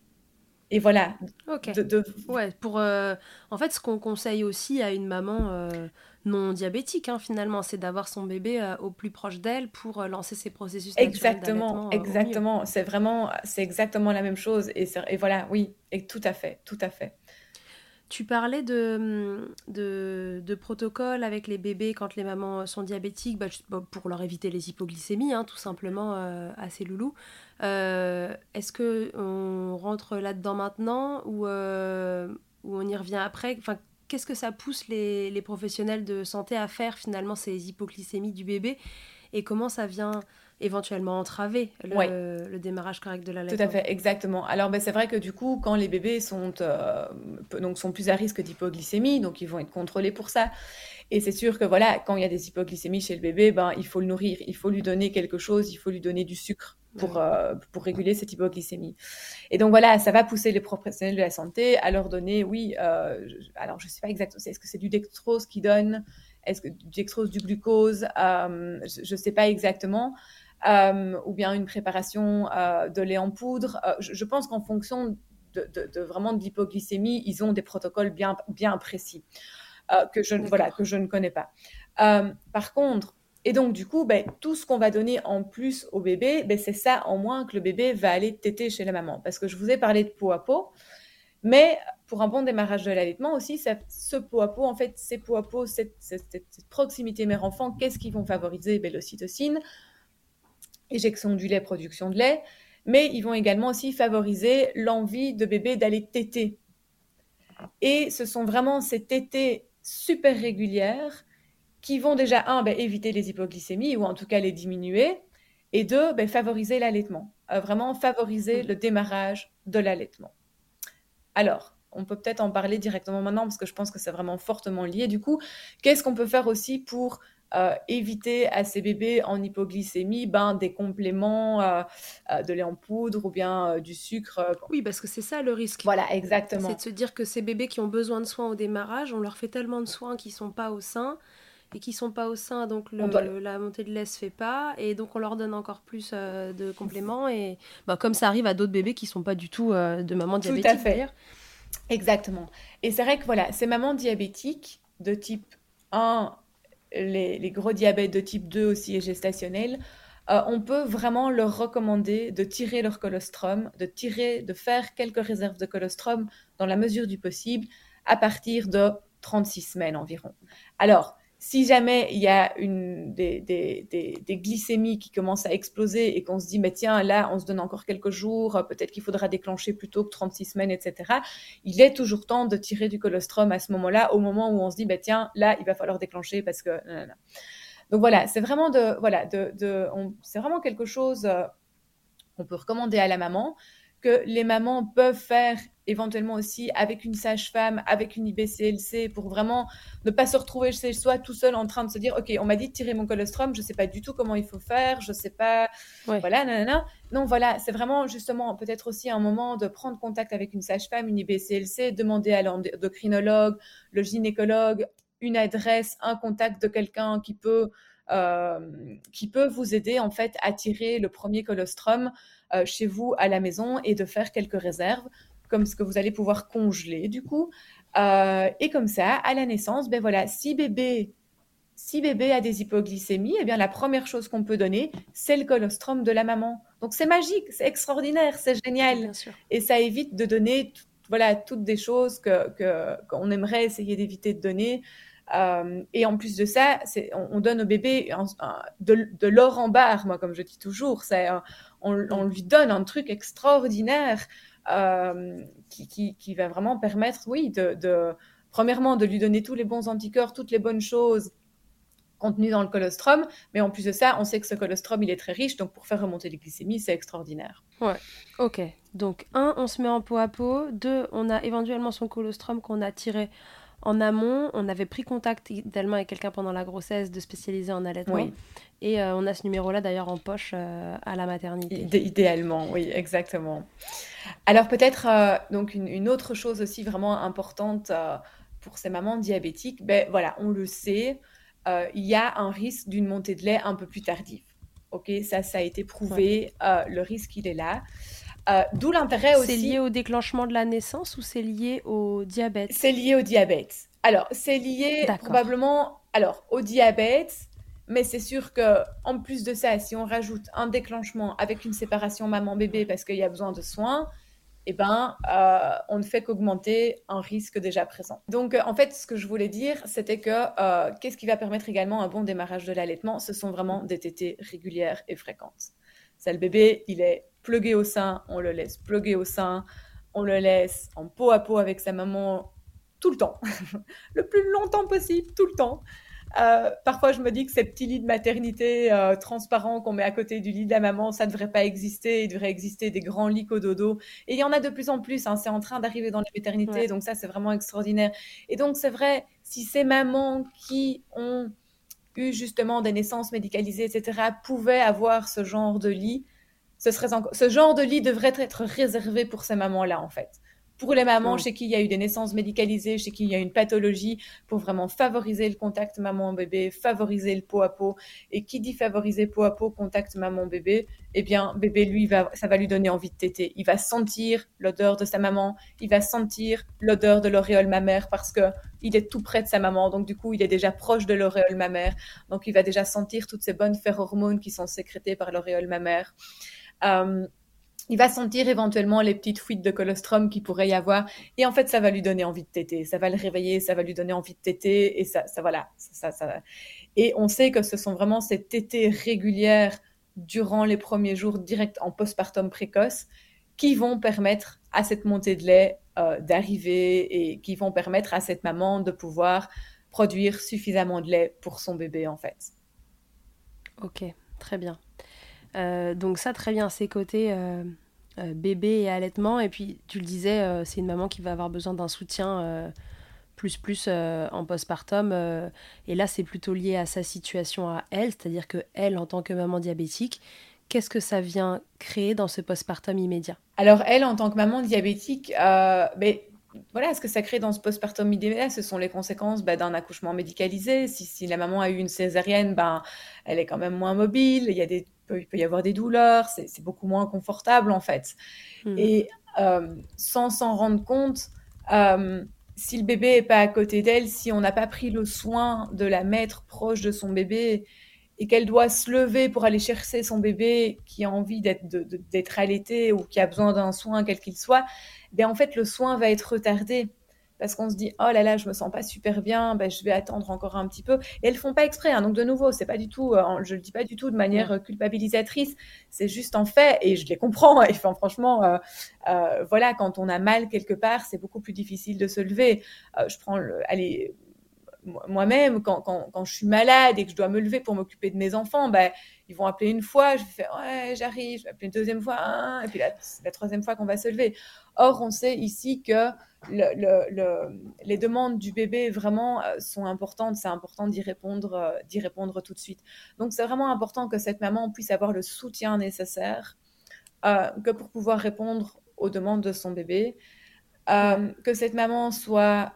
Et voilà. Ok. De, de... Ouais, pour euh, en fait, ce qu'on conseille aussi à une maman euh, non diabétique, hein, finalement, c'est d'avoir son bébé euh, au plus proche d'elle pour euh, lancer ses processus naturels Exactement, d'allaitement euh, au mieux. exactement. C'est vraiment, c'est exactement la même chose. Et, et voilà, oui, et tout à fait, tout à fait. Tu parlais de, de, de protocole avec les bébés quand les mamans sont diabétiques, bah, bah, pour leur éviter les hypoglycémies, hein, tout simplement, euh, à ces loulous. Euh, est-ce qu'on rentre là-dedans maintenant ou, euh, ou on y revient après? Enfin, qu'est-ce que ça pousse les, les professionnels de santé à faire finalement ces hypoglycémies du bébé et comment ça vient éventuellement entraver Oui. le, le démarrage correct de Tout l'allaitement? à fait, exactement. Alors, ben, c'est vrai que du coup, quand les bébés sont, euh, donc, sont plus à risque d'hypoglycémie, donc ils vont être contrôlés pour ça. Et c'est sûr que voilà, quand il y a des hypoglycémies chez le bébé, ben, il faut le nourrir, il faut lui donner quelque chose, il faut lui donner du sucre pour, Ah oui. euh, pour réguler cette hypoglycémie. Et donc voilà, ça va pousser les professionnels de la santé à leur donner, oui, euh, je, alors je ne sais pas exactement, est-ce que c'est du dextrose qu'ils donnent? Est-ce que du dextrose, du glucose? euh, Je ne sais pas exactement. Euh, ou bien une préparation euh, de lait en poudre. Euh, je, je pense qu'en fonction de, de, de vraiment de l'hypoglycémie, ils ont des protocoles bien, bien précis euh, que, je, voilà, que je ne connais pas. Euh, par contre, et donc du coup, ben, tout ce qu'on va donner en plus au bébé, ben, c'est ça en moins que le bébé va aller téter chez la maman. Parce que je vous ai parlé de peau à peau, mais pour un bon démarrage de l'allaitement aussi, ça, ce peau à peau, en fait, ces peau à peau, cette, cette, cette, cette proximité mère-enfant, qu'est-ce qu'ils vont favoriser? Ben, l'ocytocine, éjection du lait, production de lait, mais ils vont également aussi favoriser l'envie de bébé d'aller téter. Et ce sont vraiment ces tétées super régulières qui vont déjà, un, ben, éviter les hypoglycémies, ou en tout cas les diminuer, et deux, ben, favoriser l'allaitement, euh, vraiment favoriser le démarrage de l'allaitement. Alors, on peut peut-être en parler directement maintenant, parce que je pense que c'est vraiment fortement lié. Du coup, qu'est-ce qu'on peut faire aussi pour euh, éviter à ces bébés en hypoglycémie ben, des compléments euh, euh, de lait en poudre ou bien euh, du sucre euh, Oui, parce que c'est ça le risque. Voilà, C'est exactement. de se dire que ces bébés qui ont besoin de soins au démarrage, on leur fait tellement de soins qui sont pas au sein, et qui sont pas au sein, donc On doit... le, la montée de lait se fait pas, et donc on leur donne encore plus euh, de compléments, et bah, comme ça arrive à d'autres bébés qui sont pas du tout euh, de maman Tout à diabétique fait. d'ailleurs. Exactement. Et c'est vrai que voilà, ces mamans diabétiques de type un, les, les gros diabètes de type deux aussi et gestationnels, euh, on peut vraiment leur recommander de tirer leur colostrum, de tirer, de faire quelques réserves de colostrum dans la mesure du possible à partir de trente-six semaines environ. Alors, si jamais il y a une, des, des, des, des glycémies qui commencent à exploser et qu'on se dit, mais tiens, là, on se donne encore quelques jours, peut-être qu'il faudra déclencher plus tôt que trente-six semaines, et cetera, il est toujours temps de tirer du colostrum à ce moment-là, au moment où on se dit, bah, tiens, là, il va falloir déclencher parce que... Non, non, non. Donc voilà, c'est vraiment, de, voilà, de, de, on, c'est vraiment quelque chose euh, qu'on peut recommander à la maman, que les mamans peuvent faire éventuellement aussi avec une sage-femme, avec une I B C L C, pour vraiment ne pas se retrouver chez soi tout seul en train de se dire, ok, on m'a dit de tirer mon colostrum, je ne sais pas du tout comment il faut faire, je ne sais pas, Ouais. voilà, nanana. Non, voilà, c'est vraiment justement peut-être aussi un moment de prendre contact avec une sage-femme, une I B C L C, demander à l'endocrinologue, le gynécologue, une adresse, un contact de quelqu'un qui peut, euh, qui peut vous aider en fait à tirer le premier colostrum euh, chez vous à la maison et de faire quelques réserves comme ce que vous allez pouvoir congeler du coup. Euh, et comme ça, à la naissance, ben voilà, si bébé, si bébé a des hypoglycémies, eh bien la première chose qu'on peut donner, c'est le colostrum de la maman. Donc c'est magique, c'est extraordinaire, c'est génial. Bien sûr. Et ça évite de donner tout, voilà, toutes des choses que, que, qu'on aimerait essayer d'éviter de donner. Euh, et en plus de ça, c'est, on, on donne au bébé un, un, de, de l'or en barre, moi, comme je dis toujours. C'est un, on, on lui donne un truc extraordinaire euh, qui, qui, qui va vraiment permettre, oui, de, de, premièrement, de lui donner tous les bons anticorps, toutes les bonnes choses contenues dans le colostrum. Mais en plus de ça, on sait que ce colostrum, il est très riche. Donc, pour faire remonter les glycémies, c'est extraordinaire. Ouais, ok. Donc, un, on se met en peau à peau. Deux, on a éventuellement son colostrum qu'on a tiré en amont, on avait pris contact idéalement avec quelqu'un pendant la grossesse de spécialisé en allaitement. Oui. Et euh, on a ce numéro-là d'ailleurs en poche euh, à la maternité. Idé- idéalement, oui, exactement. Alors peut-être euh, donc une, une autre chose aussi vraiment importante euh, pour ces mamans diabétiques, ben voilà, on le sait, euh, il y a un risque d'une montée de lait un peu plus tardive. Ok, ça, ça a été prouvé, euh, le risque il est là. Euh, d'où l'intérêt C'est aussi. lié au déclenchement de la naissance ou c'est lié au diabète? C'est lié au diabète. Alors, c'est lié D'accord. probablement alors, au diabète, mais c'est sûr que en plus de ça, si on rajoute un déclenchement avec une séparation maman-bébé parce qu'il y a besoin de soins, eh ben, euh, on ne fait qu'augmenter un risque déjà présent. Donc, euh, en fait, ce que je voulais dire, c'était que euh, qu'est-ce qui va permettre également un bon démarrage de l'allaitement? Ce sont vraiment des tétées régulières et fréquentes. Ça, le bébé, il est plugué au sein, on le laisse plugué au sein, on le laisse en peau à peau avec sa maman tout le temps, le plus longtemps possible, tout le temps. Euh, parfois, je me dis que ces petits lits de maternité euh, transparents qu'on met à côté du lit de la maman, ça ne devrait pas exister. Il devrait exister des grands lits cododo. Et il y en a de plus en plus. Hein, c'est en train d'arriver dans les maternités. Ouais. Donc ça, c'est vraiment extraordinaire. Et donc, c'est vrai, si ces mamans qui ont eu justement des naissances médicalisées, et cetera, pouvaient avoir ce genre de lit, ce, serait encore... ce genre de lit devrait être réservé pour ces mamans-là, en fait. Pour les mamans Mm. chez qui il y a eu des naissances médicalisées, chez qui il y a une pathologie, pour vraiment favoriser le contact maman-bébé, favoriser le peau à peau. Et qui dit favoriser peau à peau, contact maman-bébé, eh bien, bébé, lui, va, ça va lui donner envie de téter. Il va sentir l'odeur de sa maman, il va sentir l'odeur de l'auréole mammaire parce que il est tout près de sa maman, donc du coup, il est déjà proche de l'auréole mammaire. Donc, il va déjà sentir toutes ces bonnes phéromones qui sont sécrétées par l'auréole mammaire. Euh, il va sentir éventuellement les petites fuites de colostrum qu'il pourrait y avoir. Et en fait, ça va lui donner envie de téter. Ça va le réveiller, ça va lui donner envie de téter. Et ça, ça voilà. Ça, ça, ça. Et on sait que ce sont vraiment ces tétées régulières durant les premiers jours, direct en postpartum précoce, qui vont permettre à cette montée de lait euh, d'arriver et qui vont permettre à cette maman de pouvoir produire suffisamment de lait pour son bébé, en fait. Ok, très bien. Euh, donc ça, très bien, c'est côté euh, euh, bébé et allaitement. Et puis, tu le disais, euh, c'est une maman qui va avoir besoin d'un soutien euh, plus plus euh, en postpartum. Euh, et là, c'est plutôt lié à sa situation à elle, c'est-à-dire que elle, en tant que maman diabétique, qu'est-ce que ça vient créer dans ce postpartum immédiat? Alors, elle, en tant que maman diabétique, euh, ben, voilà, ce que ça crée dans ce postpartum immédiat, ce sont les conséquences ben, d'un accouchement médicalisé. Si, si la maman a eu une césarienne, ben, elle est quand même moins mobile, il y a des, il peut y avoir des douleurs, c'est, c'est beaucoup moins confortable en fait. Mmh. Et euh, sans s'en rendre compte, euh, si le bébé n'est pas à côté d'elle, si on n'a pas pris le soin de la mettre proche de son bébé, et qu'elle doit se lever pour aller chercher son bébé qui a envie d'être, de, de, d'être allaité ou qui a besoin d'un soin, quel qu'il soit, ben en fait, le soin va être retardé parce qu'on se dit oh là là, je me sens pas super bien, ben je vais attendre encore un petit peu. Et elles font pas exprès, hein, donc de nouveau, c'est pas du tout, euh, je le dis pas du tout de manière ouais. culpabilisatrice, c'est juste en fait, et je les comprends. Et enfin, franchement, euh, euh, voilà, quand on a mal quelque part, c'est beaucoup plus difficile de se lever. Euh, je prends, le, allez. Moi-même, quand, quand, quand je suis malade et que je dois me lever pour m'occuper de mes enfants, ben, ils vont appeler une fois, je vais faire ouais, j'arrive, je vais appeler une deuxième fois, hein, et puis la, la troisième fois qu'on va se lever. Or, on sait ici que le, le, le, les demandes du bébé vraiment sont importantes, c'est important d'y répondre, d'y répondre tout de suite. Donc, c'est vraiment important que cette maman puisse avoir le soutien nécessaire euh, que pour pouvoir répondre aux demandes de son bébé, euh, ouais. que cette maman soit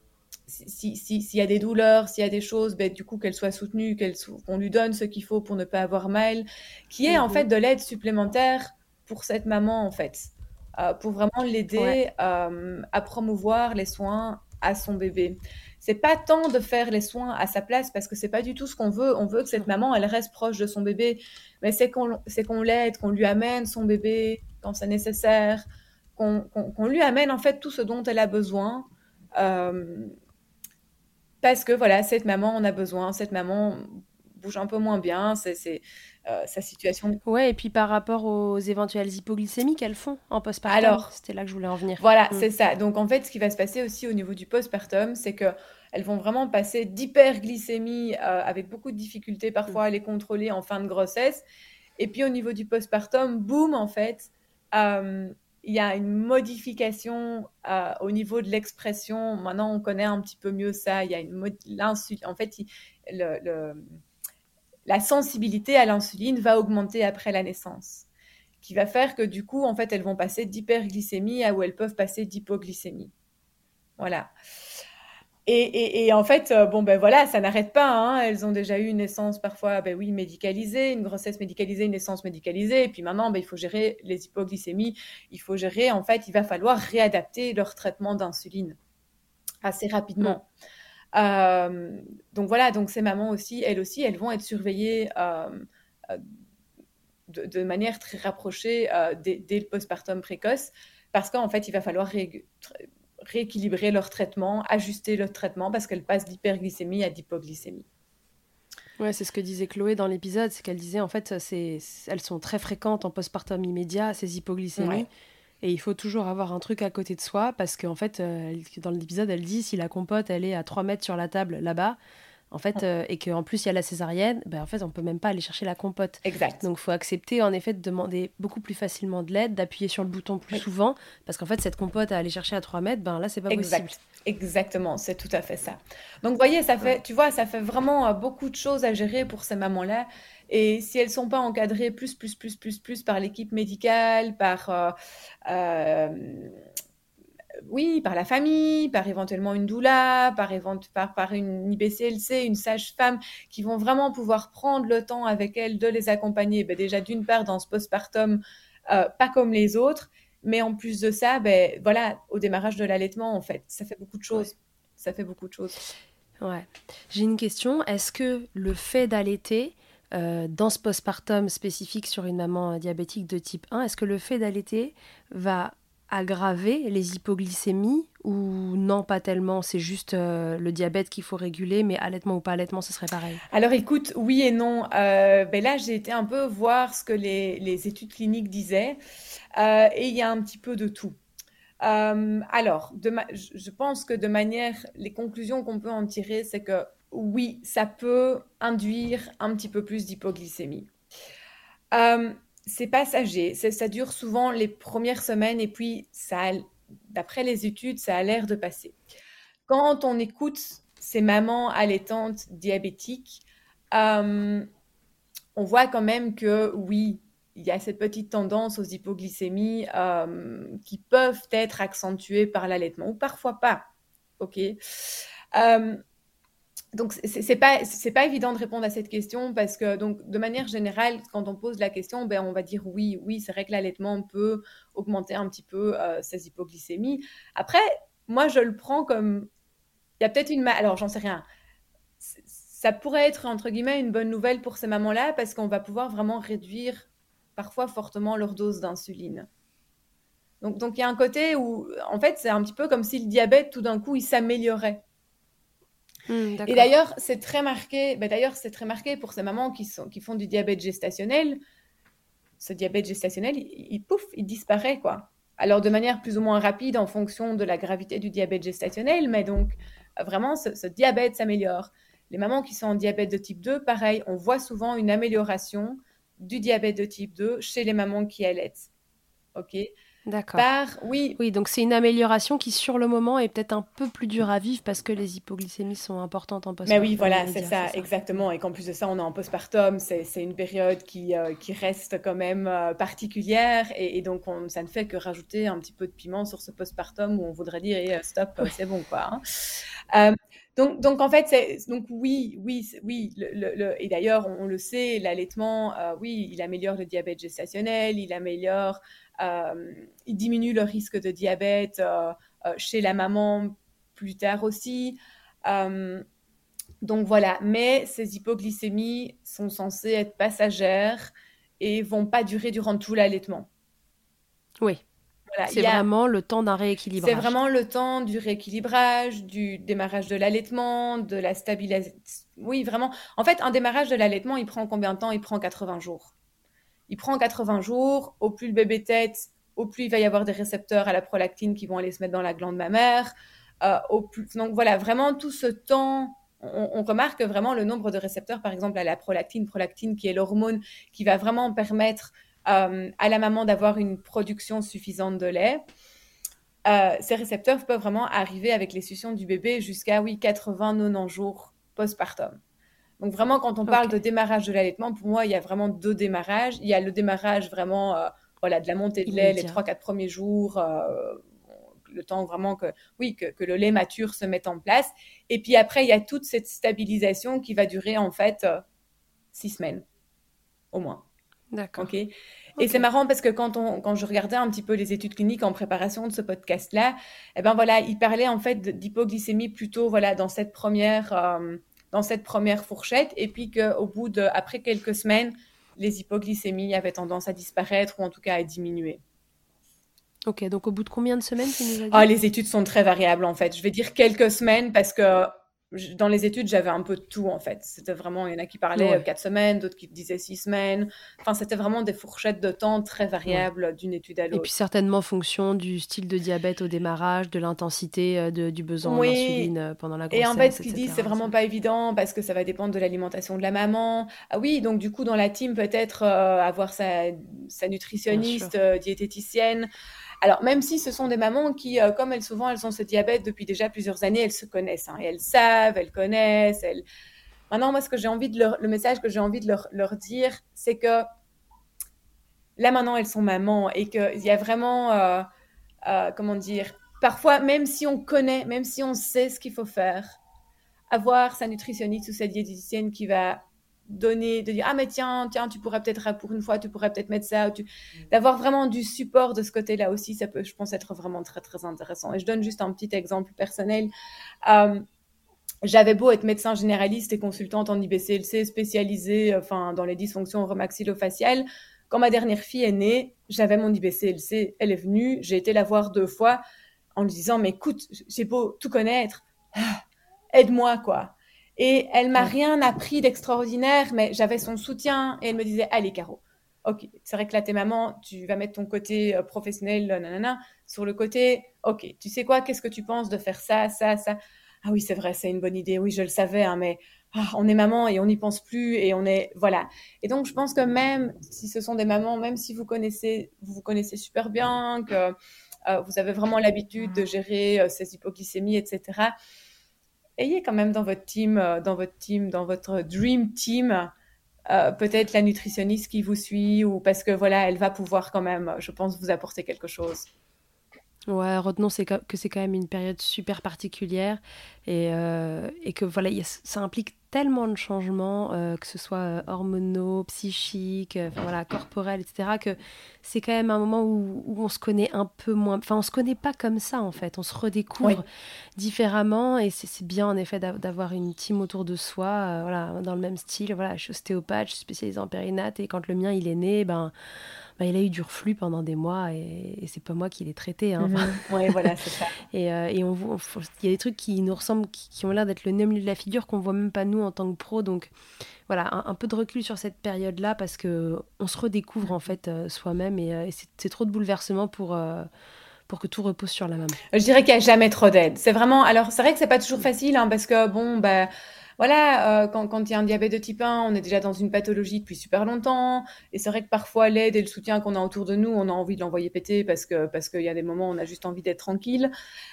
s'il si, si y a des douleurs, s'il y a des choses, ben, du coup, qu'elle soit soutenue, qu'elle, qu'on lui donne ce qu'il faut pour ne pas avoir mal, qu'il y ait mm-hmm. en fait de l'aide supplémentaire pour cette maman, en fait, euh, pour vraiment l'aider ouais. euh, à promouvoir les soins à son bébé. C'est pas tant de faire les soins à sa place, parce que c'est pas du tout ce qu'on veut. On veut que cette maman, elle reste proche de son bébé, mais c'est qu'on, c'est qu'on l'aide, qu'on lui amène son bébé quand c'est nécessaire, qu'on, qu'on, qu'on lui amène en fait tout ce dont elle a besoin. Euh, Parce que voilà, cette maman en a besoin, cette maman bouge un peu moins bien, c'est, c'est euh, sa situation. Ouais, et puis par rapport aux éventuelles hypoglycémies qu'elles font en postpartum, alors, c'était là que je voulais en venir. Voilà, mmh. c'est ça. Donc en fait, ce qui va se passer aussi au niveau du postpartum, c'est qu'elles vont vraiment passer d'hyperglycémie euh, avec beaucoup de difficultés parfois mmh. à les contrôler en fin de grossesse. Et puis au niveau du postpartum, boum, en fait, euh, il y a une modification euh, au niveau de l'expression. Maintenant, on connaît un petit peu mieux ça. Il y a une mod- l'insuline. En fait, il- le, le- la sensibilité à l'insuline va augmenter après la naissance, qui va faire que du coup, en fait, elles vont passer d'hyperglycémie à où elles peuvent passer d'hypoglycémie. Voilà. Et, et, et en fait, euh, bon, ben voilà, ça n'arrête pas, hein. Elles ont déjà eu une naissance parfois, ben oui, médicalisée, une grossesse médicalisée, une naissance médicalisée. Et puis maintenant, ben, il faut gérer les hypoglycémies. Il faut gérer, en fait, il va falloir réadapter leur traitement d'insuline assez Mm. rapidement. Euh, donc voilà, donc ces mamans aussi, elles aussi, elles vont être surveillées euh, euh, de, de manière très rapprochée euh, dès, dès le postpartum précoce, parce qu'en fait, il va falloir ré- rééquilibrer leur traitement, ajuster leur traitement, parce qu'elles passent d'hyperglycémie à d'hypoglycémie. Ouais, c'est ce que disait Chloé dans l'épisode, c'est qu'elle disait en fait, c'est, elles sont très fréquentes en postpartum immédiat, ces hypoglycémies, Ouais. et il faut toujours avoir un truc à côté de soi, parce qu'en fait, euh, elle- dans l'épisode, elle dit si la compote, elle est à trois mètres sur la table là-bas, en fait, euh, et qu'en plus il y a la césarienne, ben en fait, on peut même pas aller chercher la compote. Exact. Donc, il faut accepter en effet de demander beaucoup plus facilement de l'aide, d'appuyer sur le bouton plus Oui. souvent, parce qu'en fait, cette compote à aller chercher à trois mètres, ben là, c'est pas possible. Exact. Exactement, c'est tout à fait ça. Donc, vous voyez, ça fait, Ouais. tu vois, ça fait vraiment euh, beaucoup de choses à gérer pour ces mamans-là. Et si elles sont pas encadrées plus, plus, plus, plus, plus par l'équipe médicale, par, euh, euh, oui, par la famille, par éventuellement une doula, par, évent- par, par une I B C L C, une sage-femme, qui vont vraiment pouvoir prendre le temps avec elles de les accompagner, ben déjà d'une part dans ce postpartum, euh, pas comme les autres, mais en plus de ça, ben voilà, au démarrage de l'allaitement, en fait, ça fait beaucoup de Ouais. choses. Ça fait beaucoup de choses. Ouais. J'ai une question. Est-ce que le fait d'allaiter, euh, dans ce postpartum spécifique sur une maman diabétique de type un, est-ce que le fait d'allaiter va aggraver les hypoglycémies ou non, pas tellement, c'est juste euh, le diabète qu'il faut réguler, mais allaitement ou pas allaitement, ce serait pareil. Alors écoute, oui et non. Euh, ben là, j'ai été un peu voir ce que les, les études cliniques disaient, euh, et il y a un petit peu de tout. Euh, alors, de ma- je pense que de manière, les conclusions qu'on peut en tirer, c'est que oui, ça peut induire un petit peu plus d'hypoglycémie. Euh, c'est passager, c'est- ça dure souvent les premières semaines et puis ça, a- d'après les études, ça a l'air de passer. Quand on écoute ces mamans allaitantes diabétiques, euh, on voit quand même que oui, il y a cette petite tendance aux hypoglycémies euh, qui peuvent être accentuées par l'allaitement ou parfois pas. Ok. Euh, donc c'est c'est pas c'est pas évident de répondre à cette question parce que donc de manière générale quand on pose la question ben on va dire oui oui c'est vrai que l'allaitement peut augmenter un petit peu euh, ces hypoglycémies. Après moi je le prends comme il y a peut-être une ma- alors j'en sais rien, ça pourrait être, entre guillemets, une bonne nouvelle pour ces mamans-là parce qu'on va pouvoir vraiment réduire parfois fortement leur dose d'insuline. Donc, donc il y a un côté où, en fait, c'est un petit peu comme si le diabète, tout d'un coup, il s'améliorait. Hmm, Et d'accord. d'ailleurs, c'est très marqué, ben d'ailleurs, c'est très marqué pour ces mamans qui, sont, qui font du diabète gestationnel. Ce diabète gestationnel, il, il pouf, il disparaît, quoi. Alors, de manière plus ou moins rapide en fonction de la gravité du diabète gestationnel, mais donc, vraiment, ce, ce diabète s'améliore. Les mamans qui sont en diabète de type deux, pareil, on voit souvent une amélioration du diabète de type deux chez les mamans qui allaitent. OK. D'accord. Par, oui, Oui, donc c'est une amélioration qui, sur le moment, est peut-être un peu plus dure à vivre parce que les hypoglycémies sont importantes en mais oui, postpartum voilà, c'est immédiat, c'est ça, ça. Hmm. exactement. Et qu'en plus de ça, on est en postpartum, c'est, c'est une période qui, euh, qui reste quand même euh, particulière. Et, et donc, on, ça ne fait que rajouter un petit peu de piment sur ce postpartum où on voudrait dire, eh, stop, euh, Oui. c'est bon, quoi. Hein. Euh, donc, donc, en fait, c'est, donc oui, oui, c'est- oui. Le, le- le- et d'ailleurs, on, on le sait, l'allaitement, euh, oui, il améliore le diabète gestationnel, il améliore, euh, il diminue le risque de diabète euh, euh, chez la maman plus tard aussi. Euh, donc voilà, mais ces hypoglycémies sont censées être passagères et vont pas durer durant tout l'allaitement. Oui, Voilà, il c'est y a, vraiment le temps d'un c'est rééquilibrage. vraiment le temps du rééquilibrage, du démarrage de l'allaitement, de la stabilisation. Oui, vraiment. En fait, un démarrage de l'allaitement, il prend combien de temps? Il prend quatre-vingts jours. Il prend quatre-vingts jours. Au plus le bébé tète, au plus il va y avoir des récepteurs à la prolactine qui vont aller se mettre dans la glande mammaire. Euh, au plus... Donc voilà, vraiment tout ce temps, on, on remarque vraiment le nombre de récepteurs, par exemple à la prolactine, prolactine qui est l'hormone qui va vraiment permettre euh, à la maman d'avoir une production suffisante de lait, euh, ces récepteurs peuvent vraiment arriver avec les suctions du bébé jusqu'à oui, quatre-vingts à quatre-vingt-dix jours postpartum. Donc vraiment, quand on parle Ok. de démarrage de l'allaitement, pour moi, il y a vraiment deux démarrages. Il y a le démarrage vraiment euh, voilà, de la montée de lait, les Immédiat. trois quatre premiers jours, euh, le temps vraiment que, oui, que, que le lait mature se mette en place. Et puis après, il y a toute cette stabilisation qui va durer en fait euh, six semaines au moins. D'accord. Ok. Et c'est Ok. marrant parce que quand, on, quand je regardais un petit peu les études cliniques en préparation de ce podcast-là, eh ben voilà, il parlait en fait d'hypoglycémie plutôt voilà, dans, cette première, euh, dans cette première fourchette, et puis qu'au bout de, après quelques semaines, les hypoglycémies avaient tendance à disparaître ou en tout cas à diminuer. Ok, donc au bout de combien de semaines tu nous as Ah, dit? les études sont très variables en fait. Je vais dire quelques semaines parce que je- dans les études, j'avais un peu de tout en fait. C'était vraiment, il y en a qui parlaient euh, Ouais, quatre semaines, d'autres qui disaient six semaines. Enfin, c'était vraiment des fourchettes de temps très ouais. variables d'une étude à Et puis l'autre. certainement fonction du style de diabète au démarrage, de l'intensité euh, de- du besoin en Oui, insuline euh, pendant la et en fait, ce grossesse, qu'ils disent, c'est et cetera. vraiment Ça. pas évident parce que ça va dépendre de l'alimentation de la maman. Ah oui, donc du coup, dans la team, peut-être euh, avoir sa, sa Bien nutritionniste, sûr. euh, diététicienne. Alors, même si ce sont des mamans qui, euh, comme elles souvent, elles ont ce diabète depuis déjà plusieurs années, elles se connaissent, hein, et elles savent, elles connaissent. Elles... Maintenant, moi, ce que j'ai envie de leur, le message que j'ai envie de leur, leur dire, c'est que là, maintenant, elles sont mamans et qu'il y a vraiment, euh, euh, comment dire, parfois, même si on connaît, même si on sait ce qu'il faut faire, avoir sa nutritionniste ou sa diététicienne qui va donner, de dire ah mais tiens, tiens, tu pourrais peut-être pour une fois, tu pourrais peut-être mettre ça, tu... d'avoir vraiment du support de ce côté-là aussi, ça peut, je pense, être vraiment très très intéressant. Et je donne juste un petit exemple personnel. Euh, J'avais beau être médecin généraliste et consultante en I B C L C spécialisée, enfin dans les dysfonctions maxillofaciales. Quand ma dernière fille est née, j'avais mon I B C L C, elle est venue, j'ai été la voir deux fois en lui disant mais écoute, j'ai beau tout connaître, aide-moi, quoi. Et elle m'a Ouais. rien appris d'extraordinaire, mais j'avais son soutien et elle me disait, allez, Caro, ok, c'est vrai que là, t'es maman, tu vas mettre ton côté euh, professionnel, nanana, sur le côté, ok, tu sais quoi, qu'est-ce que tu penses de faire ça, ça, ça? Ah oui, c'est vrai, c'est une bonne idée, oui, je le savais, hein, mais ah, on est maman et on n'y pense plus et on est, voilà. Et donc, je pense que même si ce sont des mamans, même si vous connaissez, vous vous connaissez super bien, que euh, vous avez vraiment l'habitude de gérer euh, ces hypoglycémies, et cetera, ayez quand même dans votre team, euh, dans votre team, dans votre dream team, euh, peut-être la nutritionniste qui vous suit ou parce que voilà, elle va pouvoir quand même, je pense, vous apporter quelque chose. Ouais, retenons c'est que que c'est quand même une période super particulière et, euh, et que voilà, y a- ça implique tellement de changements, euh, que ce soit euh, hormonaux, psychiques, euh, enfin voilà, corporels, et cetera, que c'est quand même un moment où, où on se connaît un peu moins. Enfin, on se connaît pas comme ça en fait, on se redécouvre Oui. différemment et c'est c'est bien en effet d'av- d'avoir une team autour de soi, euh, voilà, dans le même style. Voilà, je suis ostéopathe, je suis spécialisée en périnate et quand le mien il est né, ben bah, il a eu du reflux pendant des mois et, et c'est pas moi qui l'ai traité. Hein. Enfin, Mhm. Oui, voilà, c'est ça. et euh, et on, voit- on- il y a des trucs qui nous ressemblent, qui, qui ont l'air d'être le nez au milieu de la figure qu'on voit même pas nous en tant que pro. Donc voilà, un, un peu de recul sur cette période-là parce que on se redécouvre en fait euh, soi-même et, euh, et c'est, c'est trop de bouleversements pour, euh, pour que tout repose sur la maman. Je dirais qu'il n'y a jamais trop d'aide. C'est vraiment. Alors, c'est vrai que c'est pas toujours facile, hein, parce que bon, bah, voilà, euh, quand, quand il y a un diabète de type un, on est déjà dans une pathologie depuis super longtemps. Et c'est vrai que parfois, l'aide et le soutien qu'on a autour de nous, on a envie de l'envoyer péter parce que parce qu'il y a des moments où on a juste envie d'être tranquille.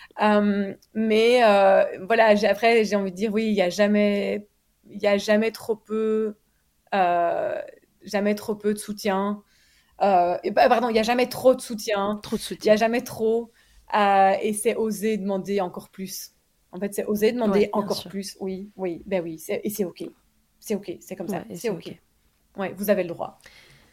Euh, mais euh, voilà, j'ai, après, j'ai envie de dire, oui, il n'y a jamais, il y a jamais trop peu, euh, jamais trop peu de soutien. Euh, et, bah, pardon, il n'y a jamais trop de soutien. Trop de Il n'y a soutien. jamais trop. Euh, et c'est oser demander encore plus. En fait, c'est oser Ouais, demander bien encore sûr. plus. Oui, oui, ben oui. C'est, et c'est OK. C'est OK. C'est comme ça. Ouais, et C'est c'est OK. ok. Ouais, vous avez le droit.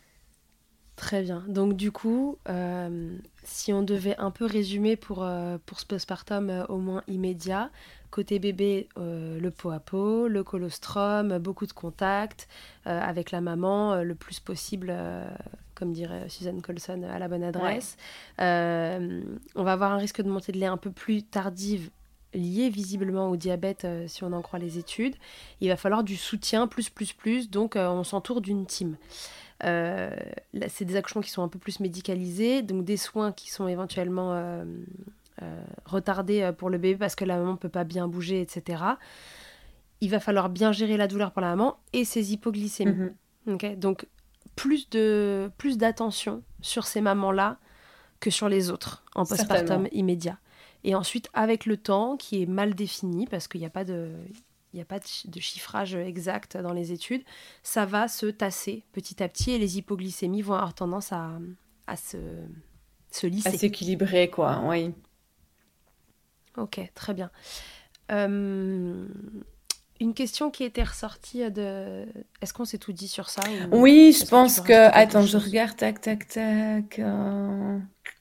Très bien. Donc du coup, euh, si on devait un peu résumer pour, euh, pour ce postpartum euh, au moins immédiat, côté bébé, euh, le pot à pot, le colostrum, beaucoup de contacts euh, avec la maman, euh, le plus possible, euh, comme dirait Suzanne Colson, à la bonne Ouais. adresse. Euh, on va avoir un risque de montée de lait un peu plus tardive lié visiblement au diabète euh, si on en croit les études. Il va falloir du soutien plus plus plus, donc euh, on s'entoure d'une team. Euh, là, c'est des accouchements qui sont un peu plus médicalisés, donc des soins qui sont éventuellement euh, euh, retardés euh, pour le bébé parce que la maman ne peut pas bien bouger, et cetera. Il va falloir bien gérer la douleur pour la maman et ses hypoglycémies. Mhm. Okay, donc plus, de, plus d'attention sur ces mamans-là que sur les autres en postpartum Certainement. immédiat. Et ensuite, avec le temps, qui est mal défini, parce qu'il n'y a pas de... Il n'y a pas de chiffrage exact dans les études, ça va se tasser petit à petit et les hypoglycémies vont avoir tendance à, à se, se lisser. À s'équilibrer, quoi, oui. Ok, très bien. Euh, une question qui était ressortie de... Est-ce qu'on s'est tout dit sur ça ou... Oui, je Est-ce pense que... que... Attends, je regarde, tac, tac, tac. Euh...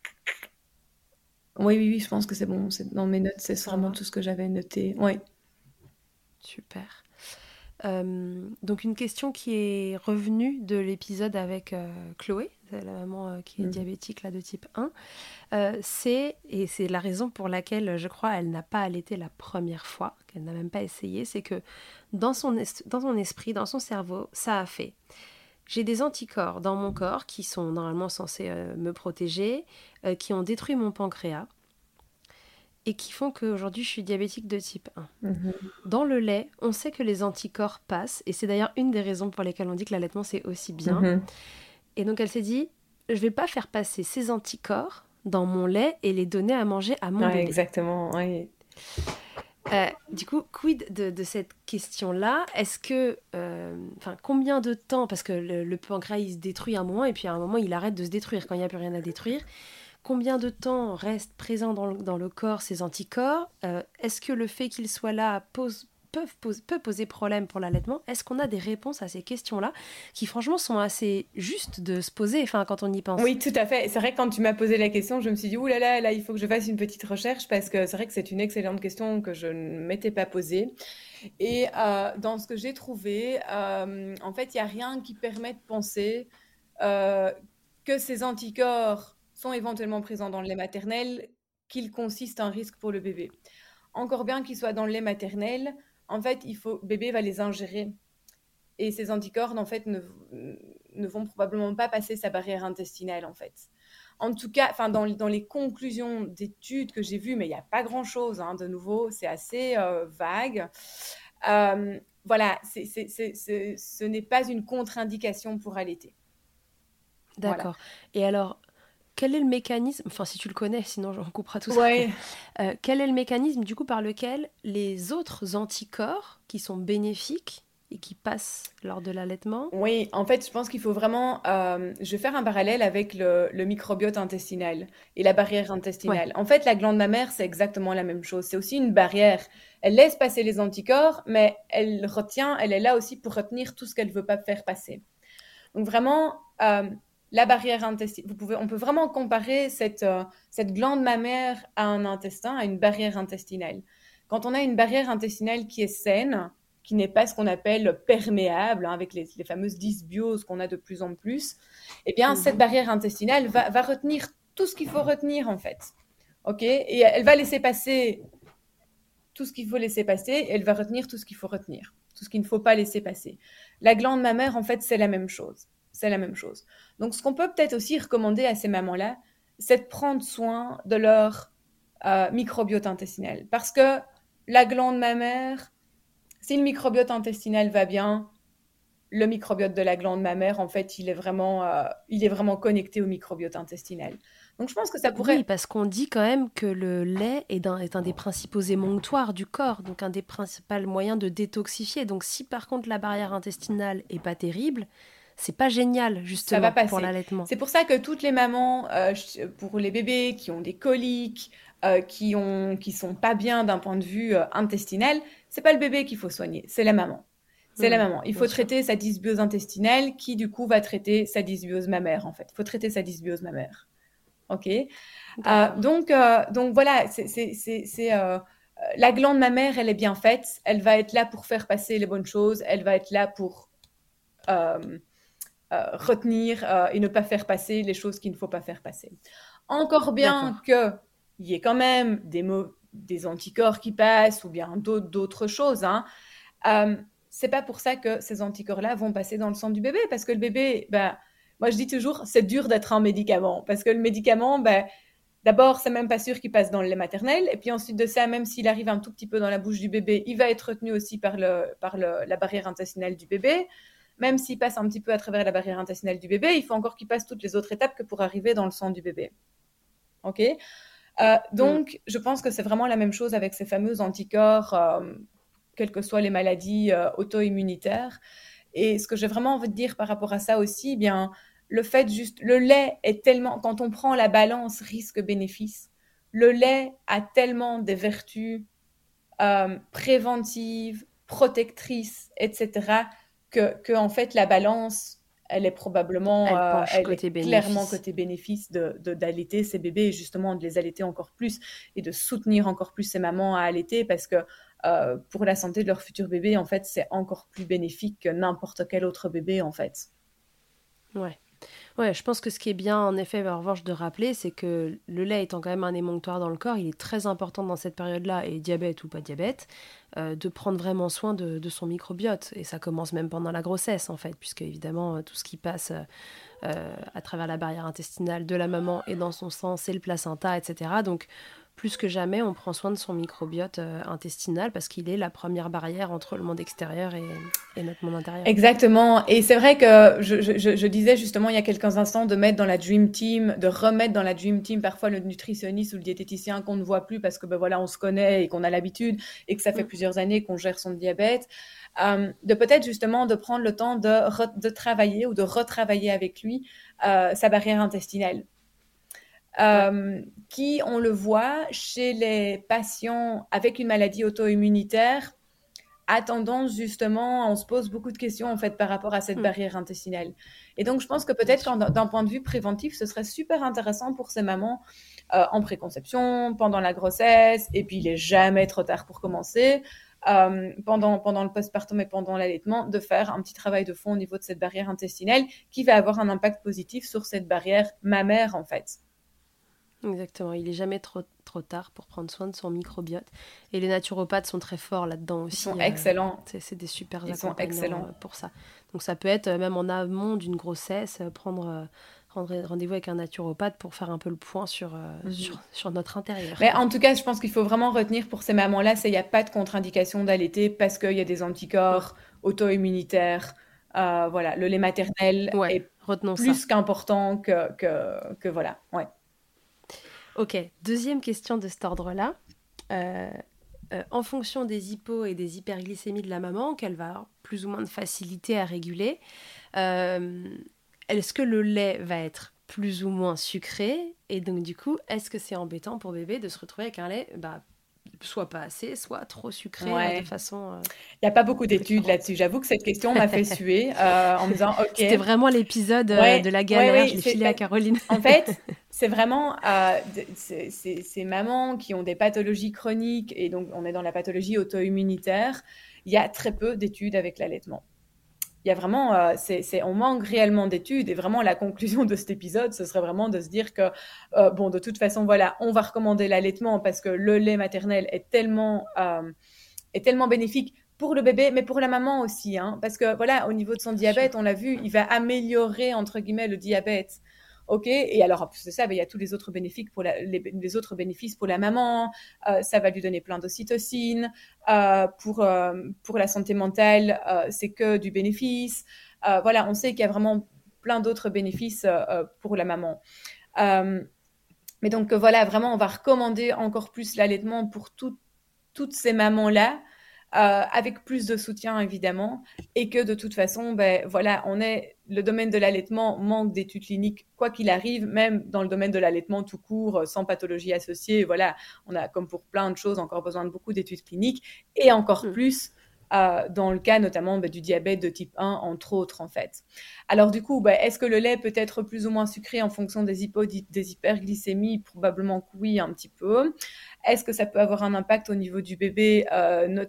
Oui, oui, oui, je pense que c'est bon. C'est... Dans mes notes, c'est Ça vraiment va. tout ce que j'avais noté. Oui. Super. Euh, donc une question qui est revenue de l'épisode avec euh, Chloé, la maman euh, qui est Mm. diabétique là, de type un, euh, c'est, et c'est la raison pour laquelle je crois elle n'a pas allaité la première fois, qu'elle n'a même pas essayé, c'est que dans son, est- dans son esprit, dans son cerveau, ça a fait. J'ai des anticorps dans mon corps qui sont normalement censés euh, me protéger, euh, qui ont détruit mon pancréas et qui font qu'aujourd'hui je suis diabétique de type un. Mhm. Dans le lait, on sait que les anticorps passent, et c'est d'ailleurs une des raisons pour lesquelles on dit que l'allaitement c'est aussi bien. Mhm. Et donc elle s'est dit, je vais pas faire passer ces anticorps dans mon lait et les donner à manger à mon Ouais, bébé. exactement, oui. Euh, du coup, quid de, de cette question-là? Est-ce que, euh, enfin, combien de temps, parce que le, le pancréas il se détruit à un moment et puis à un moment il arrête de se détruire quand il n'y a plus rien à détruire. Combien de temps restent présents dans le, dans le corps ces anticorps? Euh, Est-ce que le fait qu'ils soient là pose, peuvent pose, peut poser problème pour l'allaitement? Est-ce qu'on a des réponses à ces questions-là qui franchement sont assez justes de se poser, enfin, quand on y pense? Oui, tout à fait. C'est vrai que quand tu m'as posé la question, je me suis dit, ouh là là, là, il faut que je fasse une petite recherche parce que c'est vrai que c'est une excellente question que je ne m'étais pas posée. Et euh, dans ce que j'ai trouvé, euh, en fait, il n'y a rien qui permet de penser euh, que ces anticorps sont éventuellement présents dans le lait maternel, qu'ils consistent un risque pour le bébé. Encore bien qu'ils soient dans le lait maternel, en fait, il faut, le bébé va les ingérer. Et ces anticorps, en fait, ne, ne vont probablement pas passer sa barrière intestinale, en fait. En tout cas, enfin, dans, dans les conclusions d'études que j'ai vues, mais il n'y a pas grand-chose, hein, de nouveau, c'est assez euh, vague. Euh, voilà, c'est, c'est, c'est, c'est, ce n'est pas une contre-indication pour allaiter. Voilà. D'accord. Et alors, quel est le mécanisme, enfin si tu le connais, sinon j'en coupera tout ça, Ouais. euh, quel est le mécanisme du coup par lequel les autres anticorps qui sont bénéfiques et qui passent lors de l'allaitement? Oui, en fait, je pense qu'il faut vraiment. Euh, je vais faire un parallèle avec le, le microbiote intestinal et la barrière Ouais. intestinale. En fait, la glande mammaire, c'est exactement la même chose. C'est aussi une barrière. Elle laisse passer les anticorps, mais elle retient, elle est là aussi pour retenir tout ce qu'elle ne veut pas faire passer. Donc, vraiment, euh, la barrière intestinale. Vous pouvez, on peut vraiment comparer cette, euh, cette glande mammaire à un intestin, à une barrière intestinale. Quand on a une barrière intestinale qui est saine, qui n'est pas ce qu'on appelle perméable, hein, avec les, les fameuses dysbioses qu'on a de plus en plus, eh bien, Mhm. cette barrière intestinale va, va retenir tout ce qu'il faut retenir, en fait. OK? Et elle va laisser passer tout ce qu'il faut laisser passer, et elle va retenir tout ce qu'il faut retenir, tout ce qu'il ne faut pas laisser passer. La glande mammaire, en fait, c'est la même chose. C'est la même chose. Donc, ce qu'on peut peut-être aussi recommander à ces mamans-là, c'est de prendre soin de leur euh, microbiote intestinal. Parce que la glande mammaire, si le microbiote intestinal va bien, le microbiote de la glande mammaire, en fait, il est vraiment, euh, il est vraiment connecté au microbiote intestinal. Donc, je pense que ça Oui, pourrait... parce qu'on dit quand même que le lait est un, est un des principaux émonctoires du corps, donc un des principaux moyens de détoxifier. Donc si par contre la barrière intestinale est pas terrible, c'est pas génial Ça va justement pour passer. l'allaitement. C'est pour ça que toutes les mamans, euh, pour les bébés qui ont des coliques, euh, qui ont, qui sont pas bien d'un point de vue euh, intestinal, c'est pas le bébé qu'il faut soigner, c'est la maman. C'est la Hmm, maman. Il bien faut sûr. traiter sa dysbiose intestinale qui, du coup, va traiter sa dysbiose mammaire, en fait. Il faut traiter sa dysbiose mammaire. OK? Euh, D'accord. donc, euh, donc voilà, c'est, c'est, c'est, c'est, euh, la glande mammaire, elle est bien faite. Elle va être là pour faire passer les bonnes choses. Elle va être là pour euh, euh, retenir euh, et ne pas faire passer les choses qu'il ne faut pas faire passer. Encore bien D'accord. qu'il y ait quand même des, mo- des anticorps qui passent ou bien d'autres, d'autres choses, hein. Euh, c'est pas pour ça que ces anticorps-là vont passer dans le sang du bébé, parce que le bébé, ben, moi je dis toujours, c'est dur d'être un médicament, parce que le médicament, ben, d'abord, c'est même pas sûr qu'il passe dans le lait maternel, et puis ensuite de ça, même s'il arrive un tout petit peu dans la bouche du bébé, il va être retenu aussi par, le, par le, la barrière intestinale du bébé. même s'il passe un petit peu à travers la barrière intestinale du bébé, il faut encore qu'il passe toutes les autres étapes que pour arriver dans le sang du bébé. Ok ? Euh, donc, mm. je pense que c'est vraiment la même chose avec ces fameux anticorps, euh, quelles que soient les maladies euh, auto-immunitaires. Et ce que j'ai vraiment envie de dire par rapport à ça aussi, eh bien, le fait juste, le lait est tellement, quand on prend la balance risque-bénéfice, le lait a tellement des vertus euh, préventives, protectrices, et cetera, que, que en fait la balance, elle est probablement, elle, euh, elle côté est bénéfice. clairement côté bénéfice de, de, d'allaiter ces bébés et justement de les allaiter encore plus et de soutenir encore plus ces mamans à allaiter parce que euh, pour la santé de leur futur bébé, en fait, c'est encore plus bénéfique que n'importe quel autre bébé, en fait. Ouais. Ouais, je pense que ce qui est bien, en effet, en revanche, de rappeler, c'est que le lait étant quand même un émonctoire dans le corps, il est très important dans cette période-là, et diabète ou pas diabète, euh, de prendre vraiment soin de, de son microbiote. Et ça commence même pendant la grossesse, en fait, puisque évidemment, tout ce qui passe euh, à travers la barrière intestinale de la maman et dans son sang, c'est le placenta, et cetera. Donc, plus que jamais, on prend soin de son microbiote euh, intestinal parce qu'il est la première barrière entre le monde extérieur et, et notre monde intérieur. Exactement. Et c'est vrai que je, je, je disais justement il y a quelques instants de mettre dans la Dream Team, de remettre dans la Dream Team parfois le nutritionniste ou le diététicien qu'on ne voit plus parce que ben voilà, on se connaît et qu'on a l'habitude et que ça fait mmh. plusieurs années qu'on gère son diabète. Euh, de peut-être justement de prendre le temps de, re, de travailler ou de retravailler avec lui euh, sa barrière intestinale. Euh, ouais. Qui, on le voit, chez les patients avec une maladie auto-immunitaire, a tendance justement, on se pose beaucoup de questions en fait par rapport à cette mmh. barrière intestinale. Et donc, je pense que peut-être d'un point de vue préventif, ce serait super intéressant pour ces mamans euh, en préconception, pendant la grossesse, et puis il n'est jamais trop tard pour commencer, euh, pendant, pendant le postpartum et pendant l'allaitement, de faire un petit travail de fond au niveau de cette barrière intestinale qui va avoir un impact positif sur cette barrière mammaire en fait. Exactement, il n'est jamais trop, trop tard pour prendre soin de son microbiote. Et les naturopathes sont très forts là-dedans aussi. Ils sont excellents. Euh, c'est, c'est des super Ils accompagnants sont excellents. pour ça. Donc ça peut être, même en amont d'une grossesse, prendre, prendre rendez-vous avec un naturopathe pour faire un peu le point sur, mm-hmm. sur, sur notre intérieur. Mais en tout cas, je pense qu'il faut vraiment retenir pour ces mamans-là, c'est qu'il n'y a pas de contre-indication d'allaiter parce qu'il y a des anticorps ouais. auto-immunitaires. Euh, voilà, le lait maternel ouais, est plus ça. qu'important que, que, que voilà, ouais. Ok, deuxième question de cet ordre-là. Euh, euh, en fonction des hypos et des hyperglycémies de la maman, qu'elle va avoir plus ou moins de facilité à réguler, euh, est-ce que le lait va être plus ou moins sucré ? Et donc du coup, est-ce que c'est embêtant pour bébé de se retrouver avec un lait bah, soit pas assez, soit trop sucré ouais. euh, de façon... Euh, Il n'y a pas beaucoup d'études là-dessus. J'avoue que cette question m'a fait suer euh, en me disant, OK. C'était vraiment l'épisode euh, ouais, de la galère, ouais, ouais, je l'ai filé à Caroline. En fait, c'est vraiment euh, c'est, c'est, ces mamans qui ont des pathologies chroniques, et donc on est dans la pathologie auto-immunitaire, il y a très peu d'études avec l'allaitement. Il y a vraiment, euh, c'est, c'est, on manque réellement d'études, et vraiment la conclusion de cet épisode, ce serait vraiment de se dire que, euh, bon, de toute façon, voilà, on va recommander l'allaitement parce que le lait maternel est tellement, euh, est tellement bénéfique pour le bébé, mais pour la maman aussi, hein, parce que voilà, au niveau de son diabète, on l'a vu, il va améliorer, entre guillemets, le diabète. Ok, et alors en plus de ça, ben, il y a tous les autres bénéfices pour la, les, les autres bénéfices pour la maman. Euh, ça va lui donner plein d'ocytocine. Euh, pour euh, pour la santé mentale, euh, c'est que du bénéfice. Euh, voilà, on sait qu'il y a vraiment plein d'autres bénéfices euh, pour la maman. Euh, mais donc voilà, vraiment, on va recommander encore plus l'allaitement pour tout, toutes ces mamans-là. Euh, avec plus de soutien évidemment, et que de toute façon, ben voilà, on est le domaine de l'allaitement manque d'études cliniques quoi qu'il arrive, même dans le domaine de l'allaitement tout court, sans pathologie associée. Voilà, on a comme pour plein de choses encore besoin de beaucoup d'études cliniques, et encore mmh. plus euh, dans le cas notamment ben, du diabète de type un entre autres en fait. Alors du coup, ben, est-ce que le lait peut être plus ou moins sucré en fonction des, hypo- des hyperglycémies ? Probablement que oui, un petit peu. Est-ce que ça peut avoir un impact au niveau du bébé ? euh, not-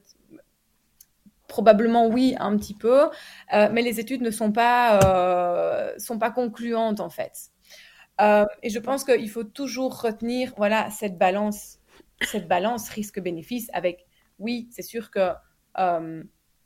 Probablement oui, un petit peu, euh, mais les études ne sont pas, euh, sont pas concluantes en fait. Euh, et je pense qu'il faut toujours retenir voilà, cette balance, cette balance risque-bénéfice avec, oui, c'est sûr que, euh,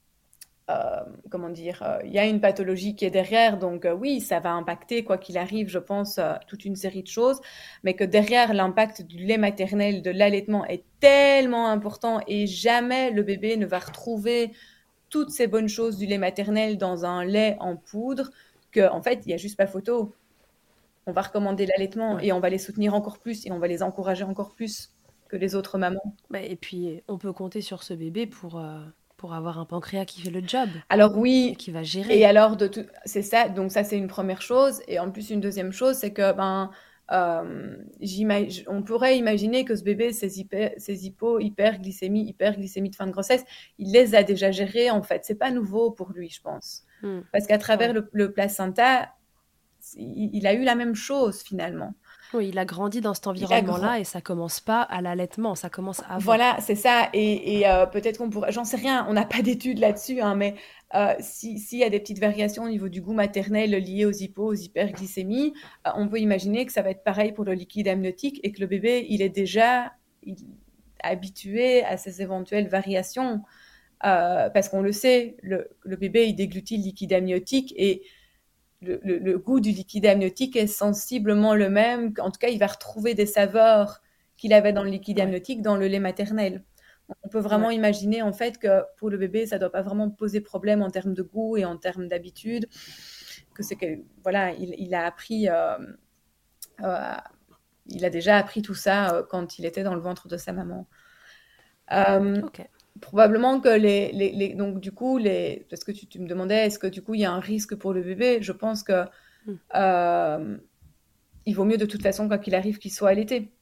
euh, comment dire, il euh, y a une pathologie qui est derrière, donc euh, oui, ça va impacter, quoi qu'il arrive, je pense, euh, toute une série de choses, mais que derrière l'impact du lait maternel, de l'allaitement est tellement important, et jamais le bébé ne va retrouver toutes ces bonnes choses du lait maternel dans un lait en poudre qu'en en fait, il n'y a juste pas photo. On va recommander l'allaitement Ouais. et on va les soutenir encore plus et on va les encourager encore plus que les autres mamans. Bah, et puis, on peut compter sur ce bébé pour, euh, pour avoir un pancréas qui fait le job Alors et oui, qui va et gérer. alors de tout, c'est ça. Donc ça, c'est une première chose. Et en plus, une deuxième chose, c'est que ben, euh, j'imagine- on pourrait imaginer que ce bébé, ses, hyper, ses hypo, hyperglycémie, hyperglycémie de fin de grossesse, il les a déjà gérés en fait. C'est pas nouveau pour lui, je pense, Hmm. parce qu'à travers Ouais. le, le placenta, il, il a eu la même chose finalement. Oui, il a grandi dans cet Il a grand, environnement-là et ça commence pas à l'allaitement, ça commence avant. Voilà, c'est ça. Et, et, euh, peut-être qu'on pourrait, j'en sais rien, on n'a pas d'études là-dessus, hein, mais euh, si, s'il y a des petites variations au niveau du goût maternel liées aux hypos, aux hyperglycémies, euh, on peut imaginer que ça va être pareil pour le liquide amniotique et que le bébé, il est déjà il- habitué à ces éventuelles variations. Euh, parce qu'on le sait, le, le bébé, il déglutit le liquide amniotique et le, le- le goût du liquide amniotique est sensiblement le même. En tout cas, il va retrouver des saveurs qu'il avait dans le liquide Ouais, amniotique dans le lait maternel. On peut vraiment ouais. imaginer en fait que pour le bébé, ça ne doit pas vraiment poser problème en termes de goût et en termes d'habitude, que c'est que voilà, il, il a appris, euh, euh, il a déjà appris tout ça euh, quand il était dans le ventre de sa maman. Euh, Ok. Probablement que les, les, les- donc du coup les, parce que tu, tu me demandais, est-ce que du coup il y a un risque pour le bébé? Je pense que Hmm. euh, il vaut mieux de toute façon, quoi qu'il arrive, qu'il soit allaité.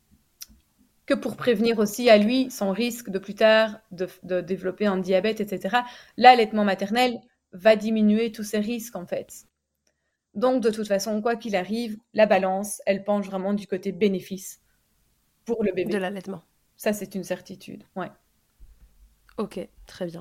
Que pour prévenir aussi à Ok. lui son risque de plus tard de, de développer un diabète, et cetera. L'allaitement maternel va diminuer tous ces risques en fait. Donc de toute façon, quoi qu'il arrive, la balance, elle penche vraiment du côté bénéfice pour le De bébé. l'allaitement. Ça, c'est une certitude. Ouais. Ok, très bien.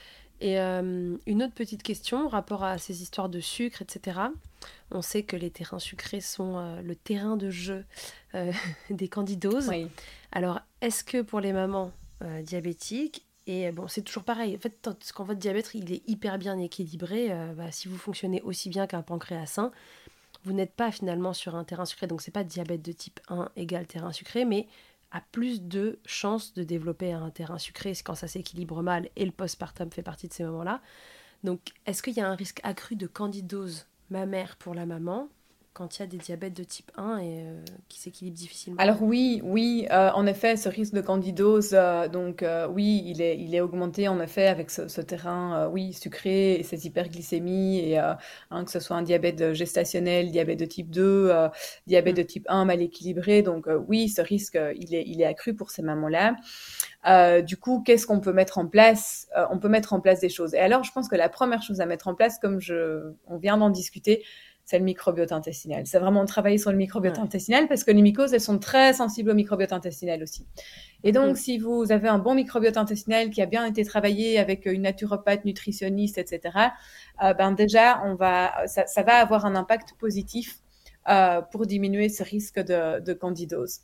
Et euh, une autre petite question, rapport à ces histoires de sucre, et cetera. On sait que les terrains sucrés sont euh, le terrain de jeu euh, des candidoses. Oui. Alors, est-ce que pour les mamans euh, diabétiques, et bon, c'est toujours pareil, en fait, tant- quand votre diabète il est hyper bien équilibré, euh, bah, si vous fonctionnez aussi bien qu'un pancréas sain, vous n'êtes pas finalement sur un terrain sucré. Donc, c'est pas diabète de type un égale terrain sucré, mais a plus de chances de développer un terrain sucré quand ça s'équilibre mal, et le postpartum fait partie de ces moments-là. Donc, est-ce qu'il y a un risque accru de candidose mammaire pour la maman quand il y a des diabètes de type un et euh, qui s'équilibrent difficilement? Alors oui, oui, euh, en effet, ce risque de candidose, euh, donc euh, oui, il est, il est augmenté en effet avec ce, ce terrain, euh, oui, sucré et ces hyperglycémies et euh, hein, que ce soit un diabète gestationnel, diabète de type deux, euh, diabète Hmm. de type un mal équilibré. Donc euh, oui, ce risque, euh, il est, il est accru pour ces mamans-là. Euh, du coup, qu'est-ce qu'on peut mettre en place? Euh, On peut mettre en place des choses. Et alors, je pense que la première chose à mettre en place, comme je, on vient d'en discuter, c'est le microbiote intestinal. C'est vraiment travailler sur le microbiote Ouais. intestinal parce que les mycoses, elles sont très sensibles au microbiote intestinal aussi. Et donc, Hmm. si vous avez un bon microbiote intestinal qui a bien été travaillé avec une naturopathe, nutritionniste, et cetera, euh, ben déjà, on va, ça, ça va avoir un impact positif euh, pour diminuer ce risque de, de candidose.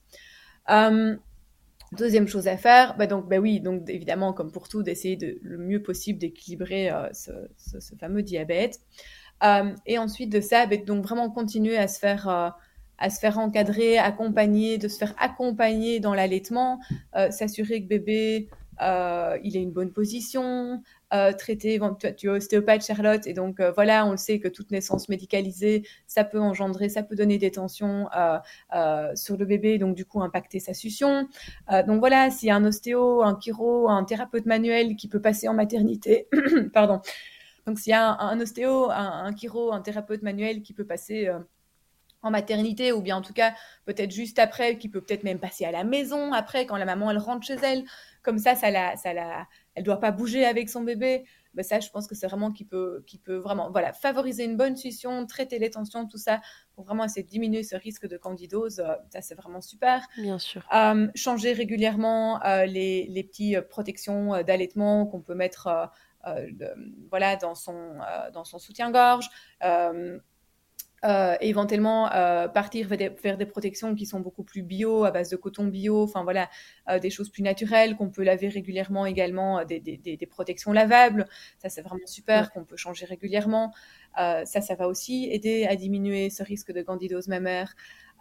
Euh, Deuxième chose à faire, bah donc, bah oui, donc évidemment, comme pour tout, d'essayer de, le mieux possible d'équilibrer euh, ce, ce, ce fameux diabète. Euh, et ensuite de ça, bah, donc vraiment continuer à se faire, euh, à se faire encadrer, accompagner, de se faire accompagner dans l'allaitement, euh, s'assurer que bébé, euh, il ait une bonne position, euh, traiter, tu, tu es ostéopathe Charlotte, et donc euh, voilà, on le sait que toute naissance médicalisée, ça peut engendrer, ça peut donner des tensions euh, euh, sur le bébé, donc du coup impacter sa succion. Euh, donc voilà, s'il y a un ostéo, un chiro, un thérapeute manuel qui peut passer en maternité, pardon, donc, s'il y a un, un ostéo, un, un chiro, un thérapeute manuel qui peut passer euh, en maternité, ou bien en tout cas, peut-être juste après, qui peut peut-être même passer à la maison après, quand la maman, elle rentre chez elle. Comme ça, ça la, ça la, elle ne doit pas bouger avec son bébé. Ben ça, je pense que c'est vraiment qui peut, qui peut vraiment voilà, favoriser une bonne succion, traiter les tensions, tout ça, pour vraiment essayer de diminuer ce risque de candidose. Euh, ça, c'est vraiment super. Bien sûr. Euh, changer régulièrement euh, les, les petites euh, protections euh, d'allaitement qu'on peut mettre euh, euh, le, voilà, dans son, euh, dans son soutien-gorge. Euh, euh, éventuellement euh, partir vers des, vers des protections qui sont beaucoup plus bio, à base de coton bio, enfin voilà, euh, des choses plus naturelles, qu'on peut laver régulièrement également, euh, des, des, des, protections lavables, ça c'est vraiment super, Ouais. qu'on peut changer régulièrement, euh, ça, ça va aussi aider à diminuer ce risque de candidose mammaire.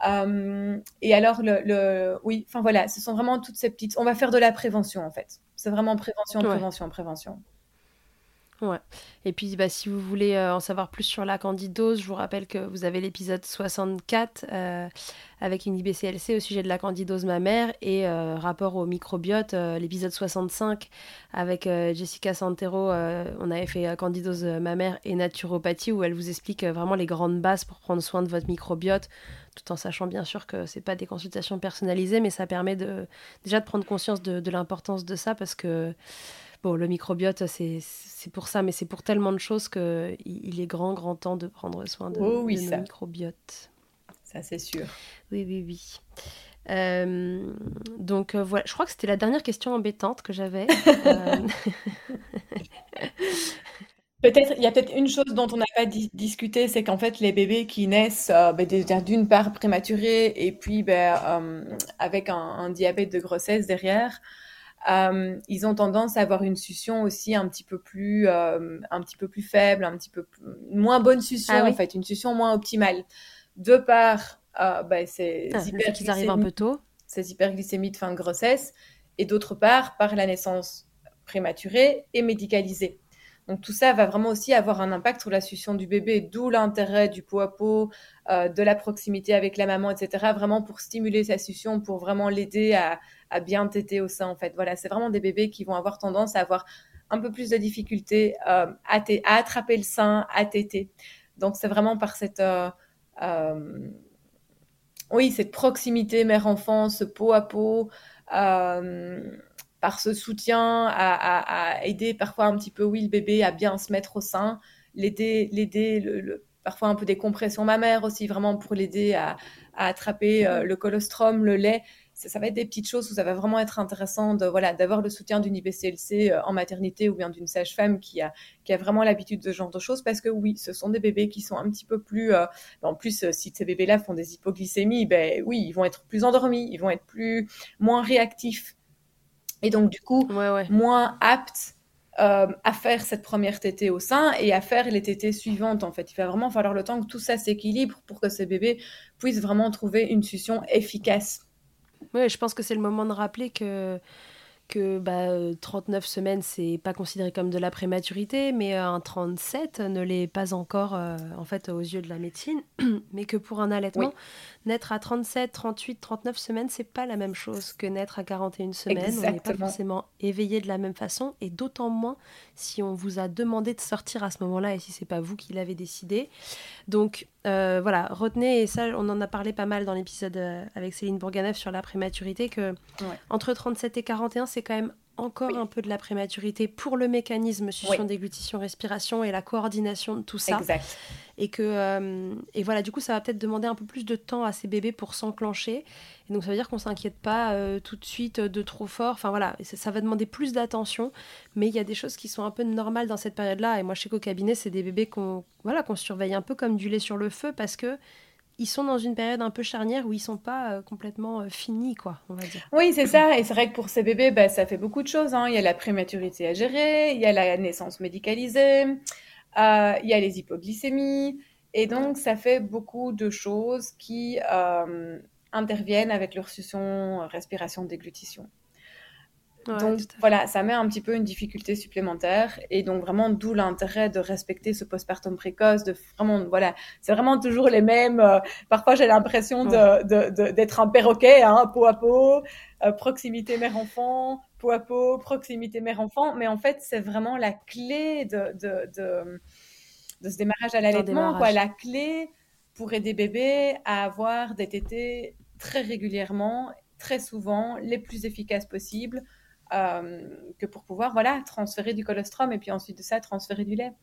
Euh, et alors, le, le, oui, enfin voilà, ce sont vraiment toutes ces petites, on va faire de la prévention en fait, c'est vraiment prévention, Ouais. prévention, prévention. Ouais. Et puis, bah, si vous voulez euh, en savoir plus sur la candidose, je vous rappelle que vous avez l'épisode soixante-quatre euh, avec une I B C L C au sujet de la candidose mammaire et euh, rapport au microbiote, euh, l'épisode soixante-cinq avec euh, Jessica Santero, euh, on avait fait euh, candidose mammaire et naturopathie où elle vous explique euh, vraiment les grandes bases pour prendre soin de votre microbiote, tout en sachant bien sûr que c'est pas des consultations personnalisées, mais ça permet de, déjà de prendre conscience de, de l'importance de ça parce que bon, le microbiote, c'est, c'est pour ça, mais c'est pour tellement de choses qu'il il est grand, grand temps de prendre soin de, Oh oui, de nos ça, microbiotes. ça c'est sûr. Oui, oui, oui. Euh, donc euh, voilà, je crois que c'était la dernière question embêtante que j'avais. Euh, Peut-être, il y a peut-être une chose dont on n'a pas di- discuté, c'est qu'en fait, les bébés qui naissent euh, ben, déjà d'une part prématurés et puis ben, euh, avec un, un diabète de grossesse derrière, euh, ils ont tendance à avoir une succion aussi un petit peu plus, euh, un petit peu plus faible, un petit peu plus- une moins bonne Ah succion en oui, fait, une succion moins optimale. De par euh, ben, ces ah, le fait qu'ils arrivent un hyperglycémies, peu tôt. ces hyperglycémies de fin de grossesse, et d'autre part par la naissance prématurée et médicalisée. Donc tout ça va vraiment aussi avoir un impact sur la succion du bébé, d'où l'intérêt du pot à pot, euh, de la proximité avec la maman, et cetera. Vraiment pour stimuler sa succion, pour vraiment l'aider à, à bien téter au sein, en fait. Voilà, c'est vraiment des bébés qui vont avoir tendance à avoir un peu plus de difficultés euh, à, t- à attraper le sein, à téter. Donc c'est vraiment par cette... euh, euh, oui, cette proximité mère-enfant, ce pot à pot, euh, par ce soutien à, à- à aider parfois un petit peu, oui, le bébé à bien se mettre au sein, l'aider, l'aider, le, le- parfois un peu des compressions mammaires aussi, vraiment pour l'aider à, à attraper euh, le colostrum, le lait. Ça, ça va être des petites choses où ça va vraiment être intéressant de, voilà, d'avoir le soutien d'une I B C L C euh, en maternité ou bien d'une sage-femme qui a, qui a vraiment l'habitude de ce genre de choses parce que oui, ce sont des bébés qui sont un petit peu plus... euh, en plus, euh, si ces bébés-là font des hypoglycémies, ben oui, ils vont être plus endormis, ils vont être plus moins réactifs et donc du coup Ouais, ouais. moins aptes euh, à faire cette première tétée au sein et à faire les tétées suivantes. En fait, il va vraiment falloir le temps que tout ça s'équilibre pour que ces bébés puissent vraiment trouver une succion efficace. Ouais, je pense que c'est le moment de rappeler que que bah, euh, trente-neuf semaines, c'est pas considéré comme de la prématurité, mais euh, un trente-sept ne l'est pas encore euh, en fait aux yeux de la médecine, mais que pour un Oui, allaitement, naître à trente-sept, trente-huit, trente-neuf semaines, c'est pas la même chose que naître à quarante et une semaines. On n'est pas exactement. forcément éveillé de la même façon, et d'autant moins si on vous a demandé de sortir à ce moment-là et si c'est pas vous qui l'avez décidé. Donc euh, voilà, retenez, et ça on en a parlé pas mal dans l'épisode euh, avec Céline Bourganeff sur la prématurité, que Ouais. entre trente-sept et quarante et un, c'est quand même encore Oui, un peu de la prématurité pour le mécanisme oui, succion, déglutition, respiration et la coordination de tout ça. exact. Et que euh, et voilà, du coup, ça va peut-être demander un peu plus de temps à ces bébés pour s'enclencher. Et donc, ça veut dire qu'on s'inquiète pas euh, tout de suite de trop fort. Enfin voilà, ça, ça va demander plus d'attention. Mais il y a des choses qui sont un peu normales dans cette période-là. Et moi, je sais qu'au cabinet, c'est des bébés qu'on voilà, qu'on surveille un peu comme du lait sur le feu parce que ils sont dans une période un peu charnière où ils sont pas euh, complètement euh, finis, quoi, on va dire. Oui, c'est ça. Et c'est vrai que pour ces bébés, bah, ça fait beaucoup de choses, hein. Il y a la prématurité à gérer, il y a la naissance médicalisée, euh, il y a les hypoglycémies. Et Ouais. donc, ça fait beaucoup de choses qui euh, interviennent avec leur succion, respiration, déglutition. Ouais, Donc tout à fait. voilà, ça met un petit peu une difficulté supplémentaire et donc vraiment d'où l'intérêt de respecter ce postpartum précoce, de vraiment voilà, c'est vraiment toujours les mêmes. Euh, parfois j'ai l'impression Ouais. de, de, de- d'être un perroquet, hein, peau à peau, euh, proximité mère-enfant, peau à peau, proximité mère-enfant, mais en fait c'est vraiment la clé de, de, de, de ce démarrage à D'un l'allaitement, quoi, démarrage. la clé pour aider bébé à avoir des tétées très régulièrement, très souvent, les plus efficaces possibles euh, que pour pouvoir voilà, transférer du colostrum et puis ensuite de ça, transférer du lait.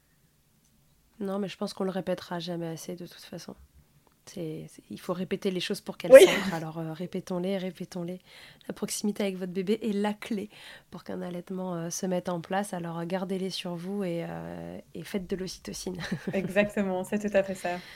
Non, mais je pense qu'on le répétera jamais assez de toute façon. C'est, c'est- il faut répéter les choses pour qu'elles Oui, s'ancrent. Alors euh, répétons-les, répétons-les. La proximité avec votre bébé est la clé pour qu'un allaitement euh, se mette en place. Alors euh, gardez-les sur vous et, euh, et faites de l'ocytocine. exactement, c'est tout à fait ça.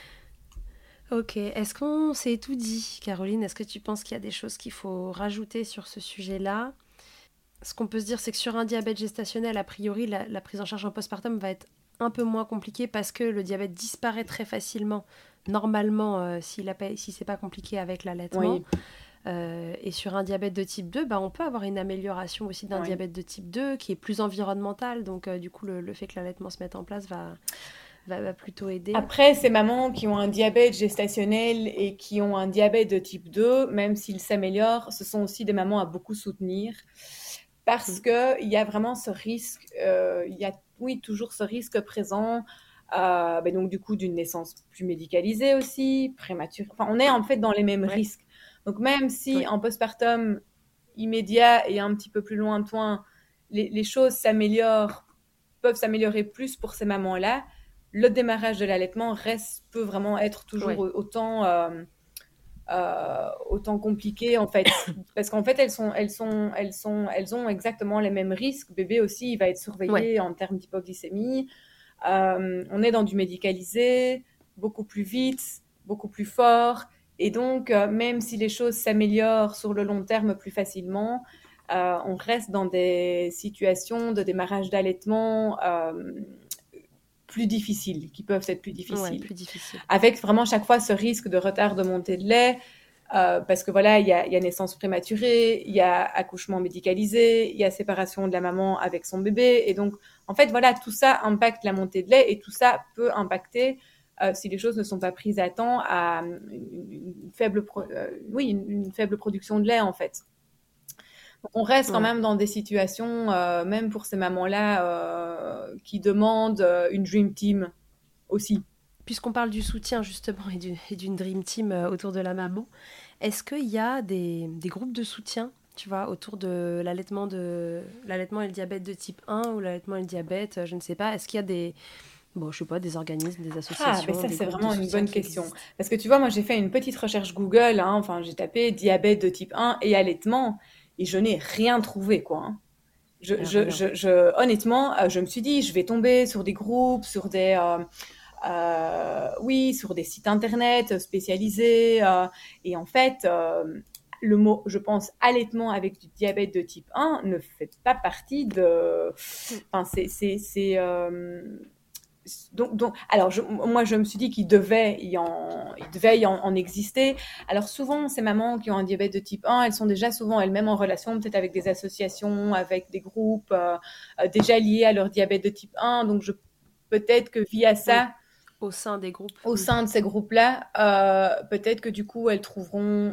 Ok, est-ce qu'on s'est tout dit, Caroline? Est-ce que tu penses qu'il y a des choses qu'il faut rajouter sur ce sujet-là? Ce qu'on peut se dire, c'est que sur un diabète gestationnel, a priori, la, la prise en charge en postpartum va être un peu moins compliquée parce que le diabète disparaît très facilement, normalement, euh, s'il a pas, si c'est pas compliqué avec l'allaitement. Oui, Euh, et sur un diabète de type deux, bah, on peut avoir une amélioration aussi d'un Oui. diabète de type deux qui est plus environnemental. Donc, euh, du coup, le, le fait que l'allaitement se mette en place va, va, va plutôt aider. Après, ces mamans qui ont un diabète gestationnel et qui ont un diabète de type deux, même s'il s'améliore, ce sont aussi des mamans à beaucoup soutenir parce Mm. qu'il y a vraiment ce risque, euh, il y a, oui, toujours ce risque présent. Euh, ben donc, du coup, d'une naissance plus médicalisée aussi, prématurée. Enfin, on est en fait dans les mêmes Ouais. risques. Donc, même si Ouais. en postpartum immédiat et un petit peu plus lointain, les, les choses s'améliorent, peuvent s'améliorer plus pour ces mamans-là, le démarrage de l'allaitement reste, peut vraiment être toujours Ouais. autant, euh, euh, autant compliqué en fait, parce qu'en fait elles sont, elles sont, elles sont, elles ont exactement les mêmes risques. Bébé aussi, il va être surveillé Ouais. en termes d'hypoglycémie. Euh, on est dans du médicalisé, beaucoup plus vite, beaucoup plus fort, et donc euh, même si les choses s'améliorent sur le long terme plus facilement, euh, on reste dans des situations de démarrage d'allaitement euh, plus difficiles, qui peuvent être plus Ouais, difficiles, plus difficile. avec vraiment chaque fois ce risque de retard de montée de lait, euh, parce que voilà, il y a, y a naissance prématurée, il y a accouchement médicalisé, il y a séparation de la maman avec son bébé, et donc en fait voilà, tout ça impacte la montée de lait, et tout ça peut impacter, euh, si les choses ne sont pas prises à temps, à une, une faible, pro- euh, oui, une, une faible production de lait en fait. Donc, on reste quand Ouais. même dans des situations, euh, même pour ces mamans-là, euh, qui demandent euh, une dream team aussi. Puisqu'on parle du soutien justement et, du, et d'une dream team euh, autour de la maman, est-ce qu'il y a des, des groupes de soutien, tu vois, autour de l'allaitement, de, l'allaitement et le diabète de type un ou l'allaitement et le diabète, euh, je ne sais pas, est-ce qu'il y a des, bon, je sais pas, des organismes, des Ah, ben associations, ça, des c'est groupes de vraiment une soutien bonne qui question. existent? Parce que tu vois, moi, j'ai fait une petite recherche Google, hein, enfin, j'ai tapé diabète de type un et allaitement, et je n'ai rien trouvé, quoi. Hein. Je, Ah, je, rien. je, je- honnêtement, euh, je me suis dit, je vais tomber sur des groupes, sur des, euh, euh, oui, sur des sites internet spécialisés, euh, et en fait, euh, le mot, je pense, allaitement avec du diabète de type un ne fait pas partie de, Mm. enfin, c'est, c'est, c'est, euh, donc, donc, alors je, moi je me suis dit qu'il devait y en, il devait y en, en exister. Alors souvent ces mamans qui ont un diabète de type un, elles sont déjà souvent elles-mêmes en relation peut-être avec des associations, avec des groupes euh, euh, déjà liés à leur diabète de type un. Donc je, peut-être que via Oui, ça, au sein des groupes. au Mm. sein de ces groupes-là, euh, peut-être que du coup elles trouveront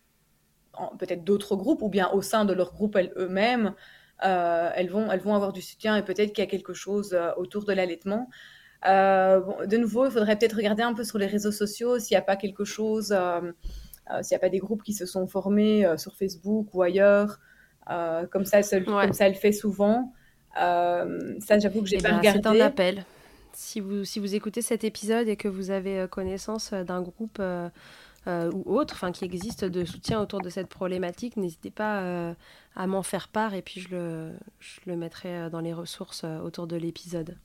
en- peut-être d'autres groupes ou bien au sein de leur groupe elles, eux-mêmes, euh, elles vont, elles vont avoir du soutien et peut-être qu'il y a quelque chose euh, autour de l'allaitement. Euh, bon, de nouveau, il faudrait peut-être regarder un peu sur les réseaux sociaux s'il n'y a pas quelque chose, euh, euh, s'il n'y a pas des groupes qui se sont formés euh, sur Facebook ou ailleurs, euh, comme ça, ça, Ouais. comme ça le fait souvent. Euh, ça, j'avoue que j'ai Eh pas ben, c'est un regardé. appel. Si vous, si vous écoutez cet épisode et que vous avez euh, connaissance euh, d'un groupe euh, euh, ou autre, enfin qui existe de soutien autour de cette problématique, n'hésitez pas euh, à m'en faire part et puis je le, je le mettrai euh, dans les ressources euh, autour de l'épisode.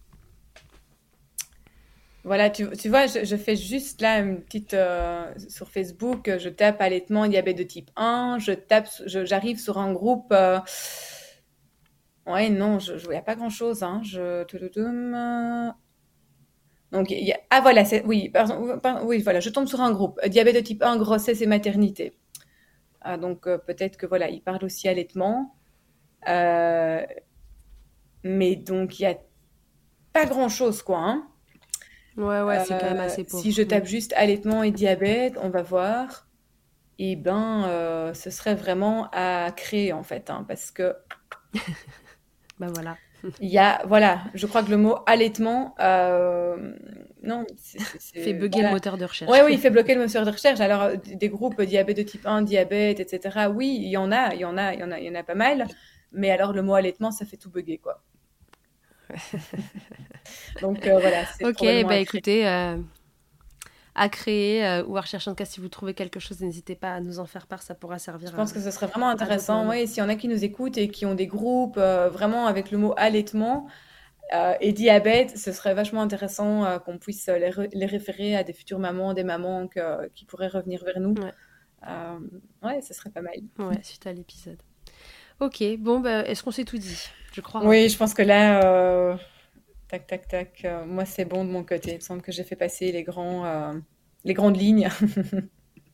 Voilà, tu, tu vois, je, je fais juste là une petite euh, sur Facebook, je tape allaitement diabète de type un, je tape, je- j'arrive sur un groupe. euh, ouais, non, je, il n'y a pas grand-chose. Hein, je, touloutoum, euh, Donc, il y a- ah voilà, c'est, oui, pardon, pardon, oui, voilà, je tombe sur un groupe, euh, diabète de type un, grossesse et maternité. Ah, donc euh, peut-être que voilà, il parle aussi allaitement. Euh, mais donc, il y a pas grand-chose, quoi. Hein. Ouais, ouais, c'est quand même Euh, assez si pauvre. je Mm. tape juste allaitement et diabète, on va voir. Et ben, euh, ce serait vraiment à créer, en fait, hein, parce que Bah voilà. il y a, voilà, je crois que le mot allaitement, euh, non, c'est, c'est, Fait c'est- bugger le voilà. moteur de Ouais, recherche. oui, il fait bloquer le moteur de recherche. Alors, euh, des groupes euh, diabète de type un, diabète, et cetera. Oui, il y en a, il y en a, il y en a, il y en a pas mal. Mais alors, le mot allaitement, ça fait tout bugger, quoi. Donc, euh, voilà, c'est Ok, probablement bah à créer. écoutez, euh, à créer euh, ou à rechercher en tout cas si vous trouvez quelque chose, n'hésitez pas à nous en faire part, ça pourra Je servir à, pense que ce serait vraiment à d'autres intéressant. mamans. Oui, s'il y en a qui nous écoutent et qui ont des groupes euh, vraiment avec le mot allaitement euh, et diabète, ce serait vachement intéressant euh, qu'on puisse les, re- les référer à des futures mamans, des mamans que- qui pourraient revenir vers nous. Ouais, Euh, ouais, ce serait pas mal. ouais, suite à l'épisode. Ok, bon, bah, est-ce qu'on s'est tout dit? Je crois, hein. Oui, je pense que là, euh, tac, tac, tac, euh, moi c'est bon de mon côté. Il me semble que j'ai fait passer les grands, euh, les grandes lignes.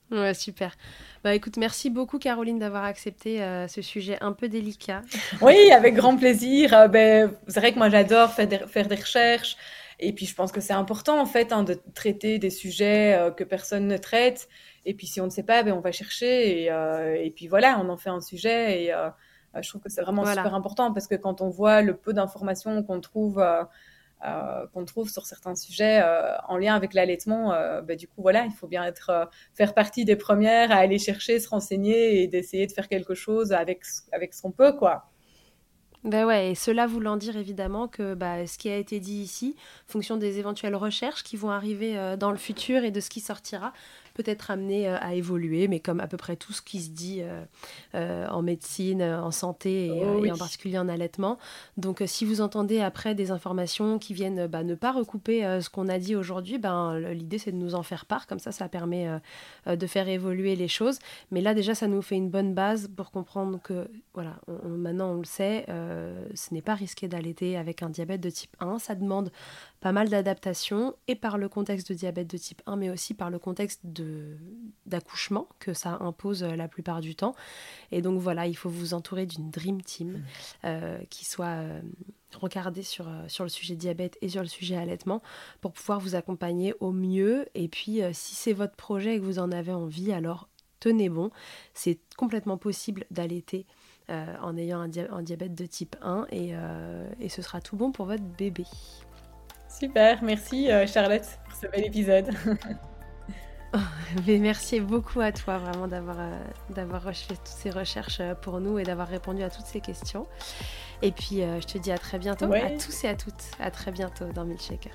Ouais, super. Bah écoute, merci beaucoup Caroline d'avoir accepté euh, ce sujet un peu délicat. Oui, avec grand plaisir. Euh, ben, c'est vrai que moi j'adore faire des, faire des recherches et puis je pense que c'est important en fait hein, de traiter des sujets euh, que personne ne traite. Et puis si on ne sait pas, ben, on va chercher et, euh, et puis voilà, on en fait un sujet. Et euh, je trouve que c'est vraiment Voilà. super important parce que quand on voit le peu d'informations qu'on trouve... Euh, Euh, qu'on trouve sur certains sujets euh, en lien avec l'allaitement, euh, bah, du coup, voilà, il faut bien être, euh, faire partie des premières à aller chercher, se renseigner et d'essayer de faire quelque chose avec, avec ce qu'on peut, quoi. Ben ouais, et cela voulant dire évidemment que bah, ce qui a été dit ici, fonction des éventuelles recherches qui vont arriver euh, dans le futur et de ce qui sortira, peut être amené euh, à évoluer, mais comme à peu près tout ce qui se dit euh, euh, en médecine, euh, en santé et, Oh, euh, et oui. en particulier en allaitement. Donc euh, si vous entendez après des informations qui viennent bah, ne pas recouper euh, ce qu'on a dit aujourd'hui, ben, l'idée c'est de nous en faire part, comme ça ça permet euh, euh, de faire évoluer les choses. Mais là déjà ça nous fait une bonne base pour comprendre que voilà, on, on, maintenant on le sait, euh, ce n'est pas risqué d'allaiter avec un diabète de type un, ça demande pas mal d'adaptation et par le contexte de diabète de type un, mais aussi par le contexte de, d'accouchement que ça impose la plupart du temps. Et donc voilà, il faut vous entourer d'une dream team euh, qui soit euh, regardée sur, sur le sujet diabète et sur le sujet allaitement pour pouvoir vous accompagner au mieux. Et puis euh, si c'est votre projet et que vous en avez envie, alors tenez bon, c'est complètement possible d'allaiter euh, en ayant un, dia- un diabète de type un et, euh, et ce sera tout bon pour votre bébé. Super, merci euh, Charlotte pour ce bel épisode. Mais merci beaucoup à toi vraiment d'avoir, euh, d'avoir fait toutes ces recherches pour nous et d'avoir répondu à toutes ces questions. Et puis euh, je te dis à très bientôt, Ouais. à tous et à toutes, à très bientôt dans Milkshaker.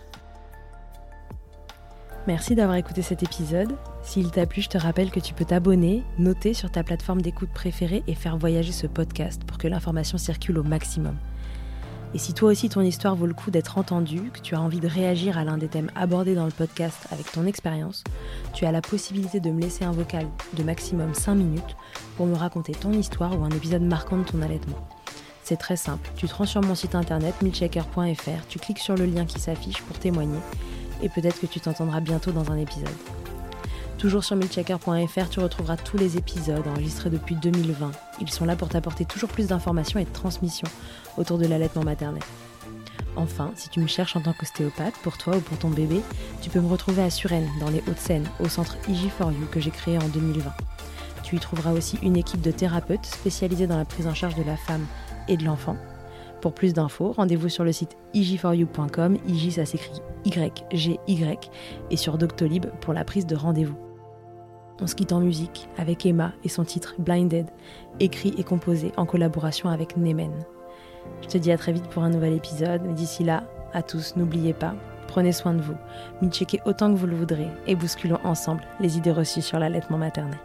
Merci d'avoir écouté cet épisode. S'il t'a plu, je te rappelle que tu peux t'abonner, noter sur ta plateforme d'écoute préférée et faire voyager ce podcast pour que l'information circule au maximum. Et si toi aussi ton histoire vaut le coup d'être entendue, que tu as envie de réagir à l'un des thèmes abordés dans le podcast avec ton expérience, tu as la possibilité de me laisser un vocal de maximum cinq minutes pour me raconter ton histoire ou un épisode marquant de ton allaitement. C'est très simple, tu te rends sur mon site internet milkshaker point f r, tu cliques sur le lien qui s'affiche pour témoigner et peut-être que tu t'entendras bientôt dans un épisode. Toujours sur milkshaker point f r, tu retrouveras tous les épisodes enregistrés depuis deux mille vingt. Ils sont là pour t'apporter toujours plus d'informations et de transmissions autour de l'allaitement maternel. Enfin, si tu me cherches en tant qu'ostéopathe, pour toi ou pour ton bébé, tu peux me retrouver à Suresnes, dans les Hauts-de-Seine, au centre I G four U que j'ai créé en deux mille vingt. Tu y trouveras aussi une équipe de thérapeutes spécialisés dans la prise en charge de la femme et de l'enfant. Pour plus d'infos, rendez-vous sur le site i j four u point com, I J ça s'écrit Y G Y, et sur Doctolib pour la prise de rendez-vous. On se quitte en musique avec Emma et son titre Blinded, écrit et composé en collaboration avec Nemen. Je te dis à très vite pour un nouvel épisode, mais d'ici là, à tous, n'oubliez pas, prenez soin de vous, milkshaker autant que vous le voudrez et bousculons ensemble les idées reçues sur l'allaitement maternel.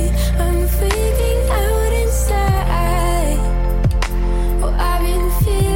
Feeling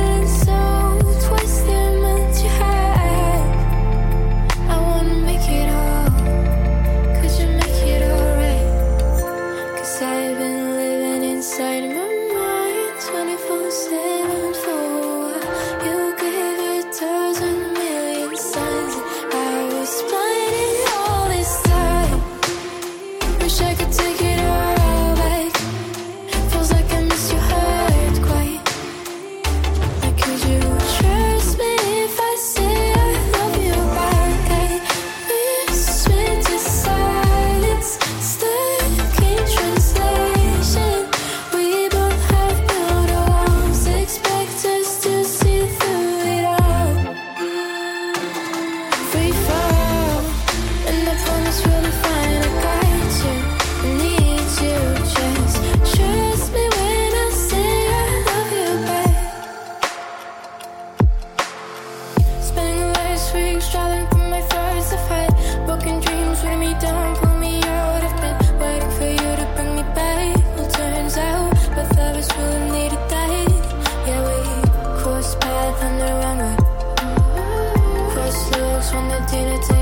von der Tele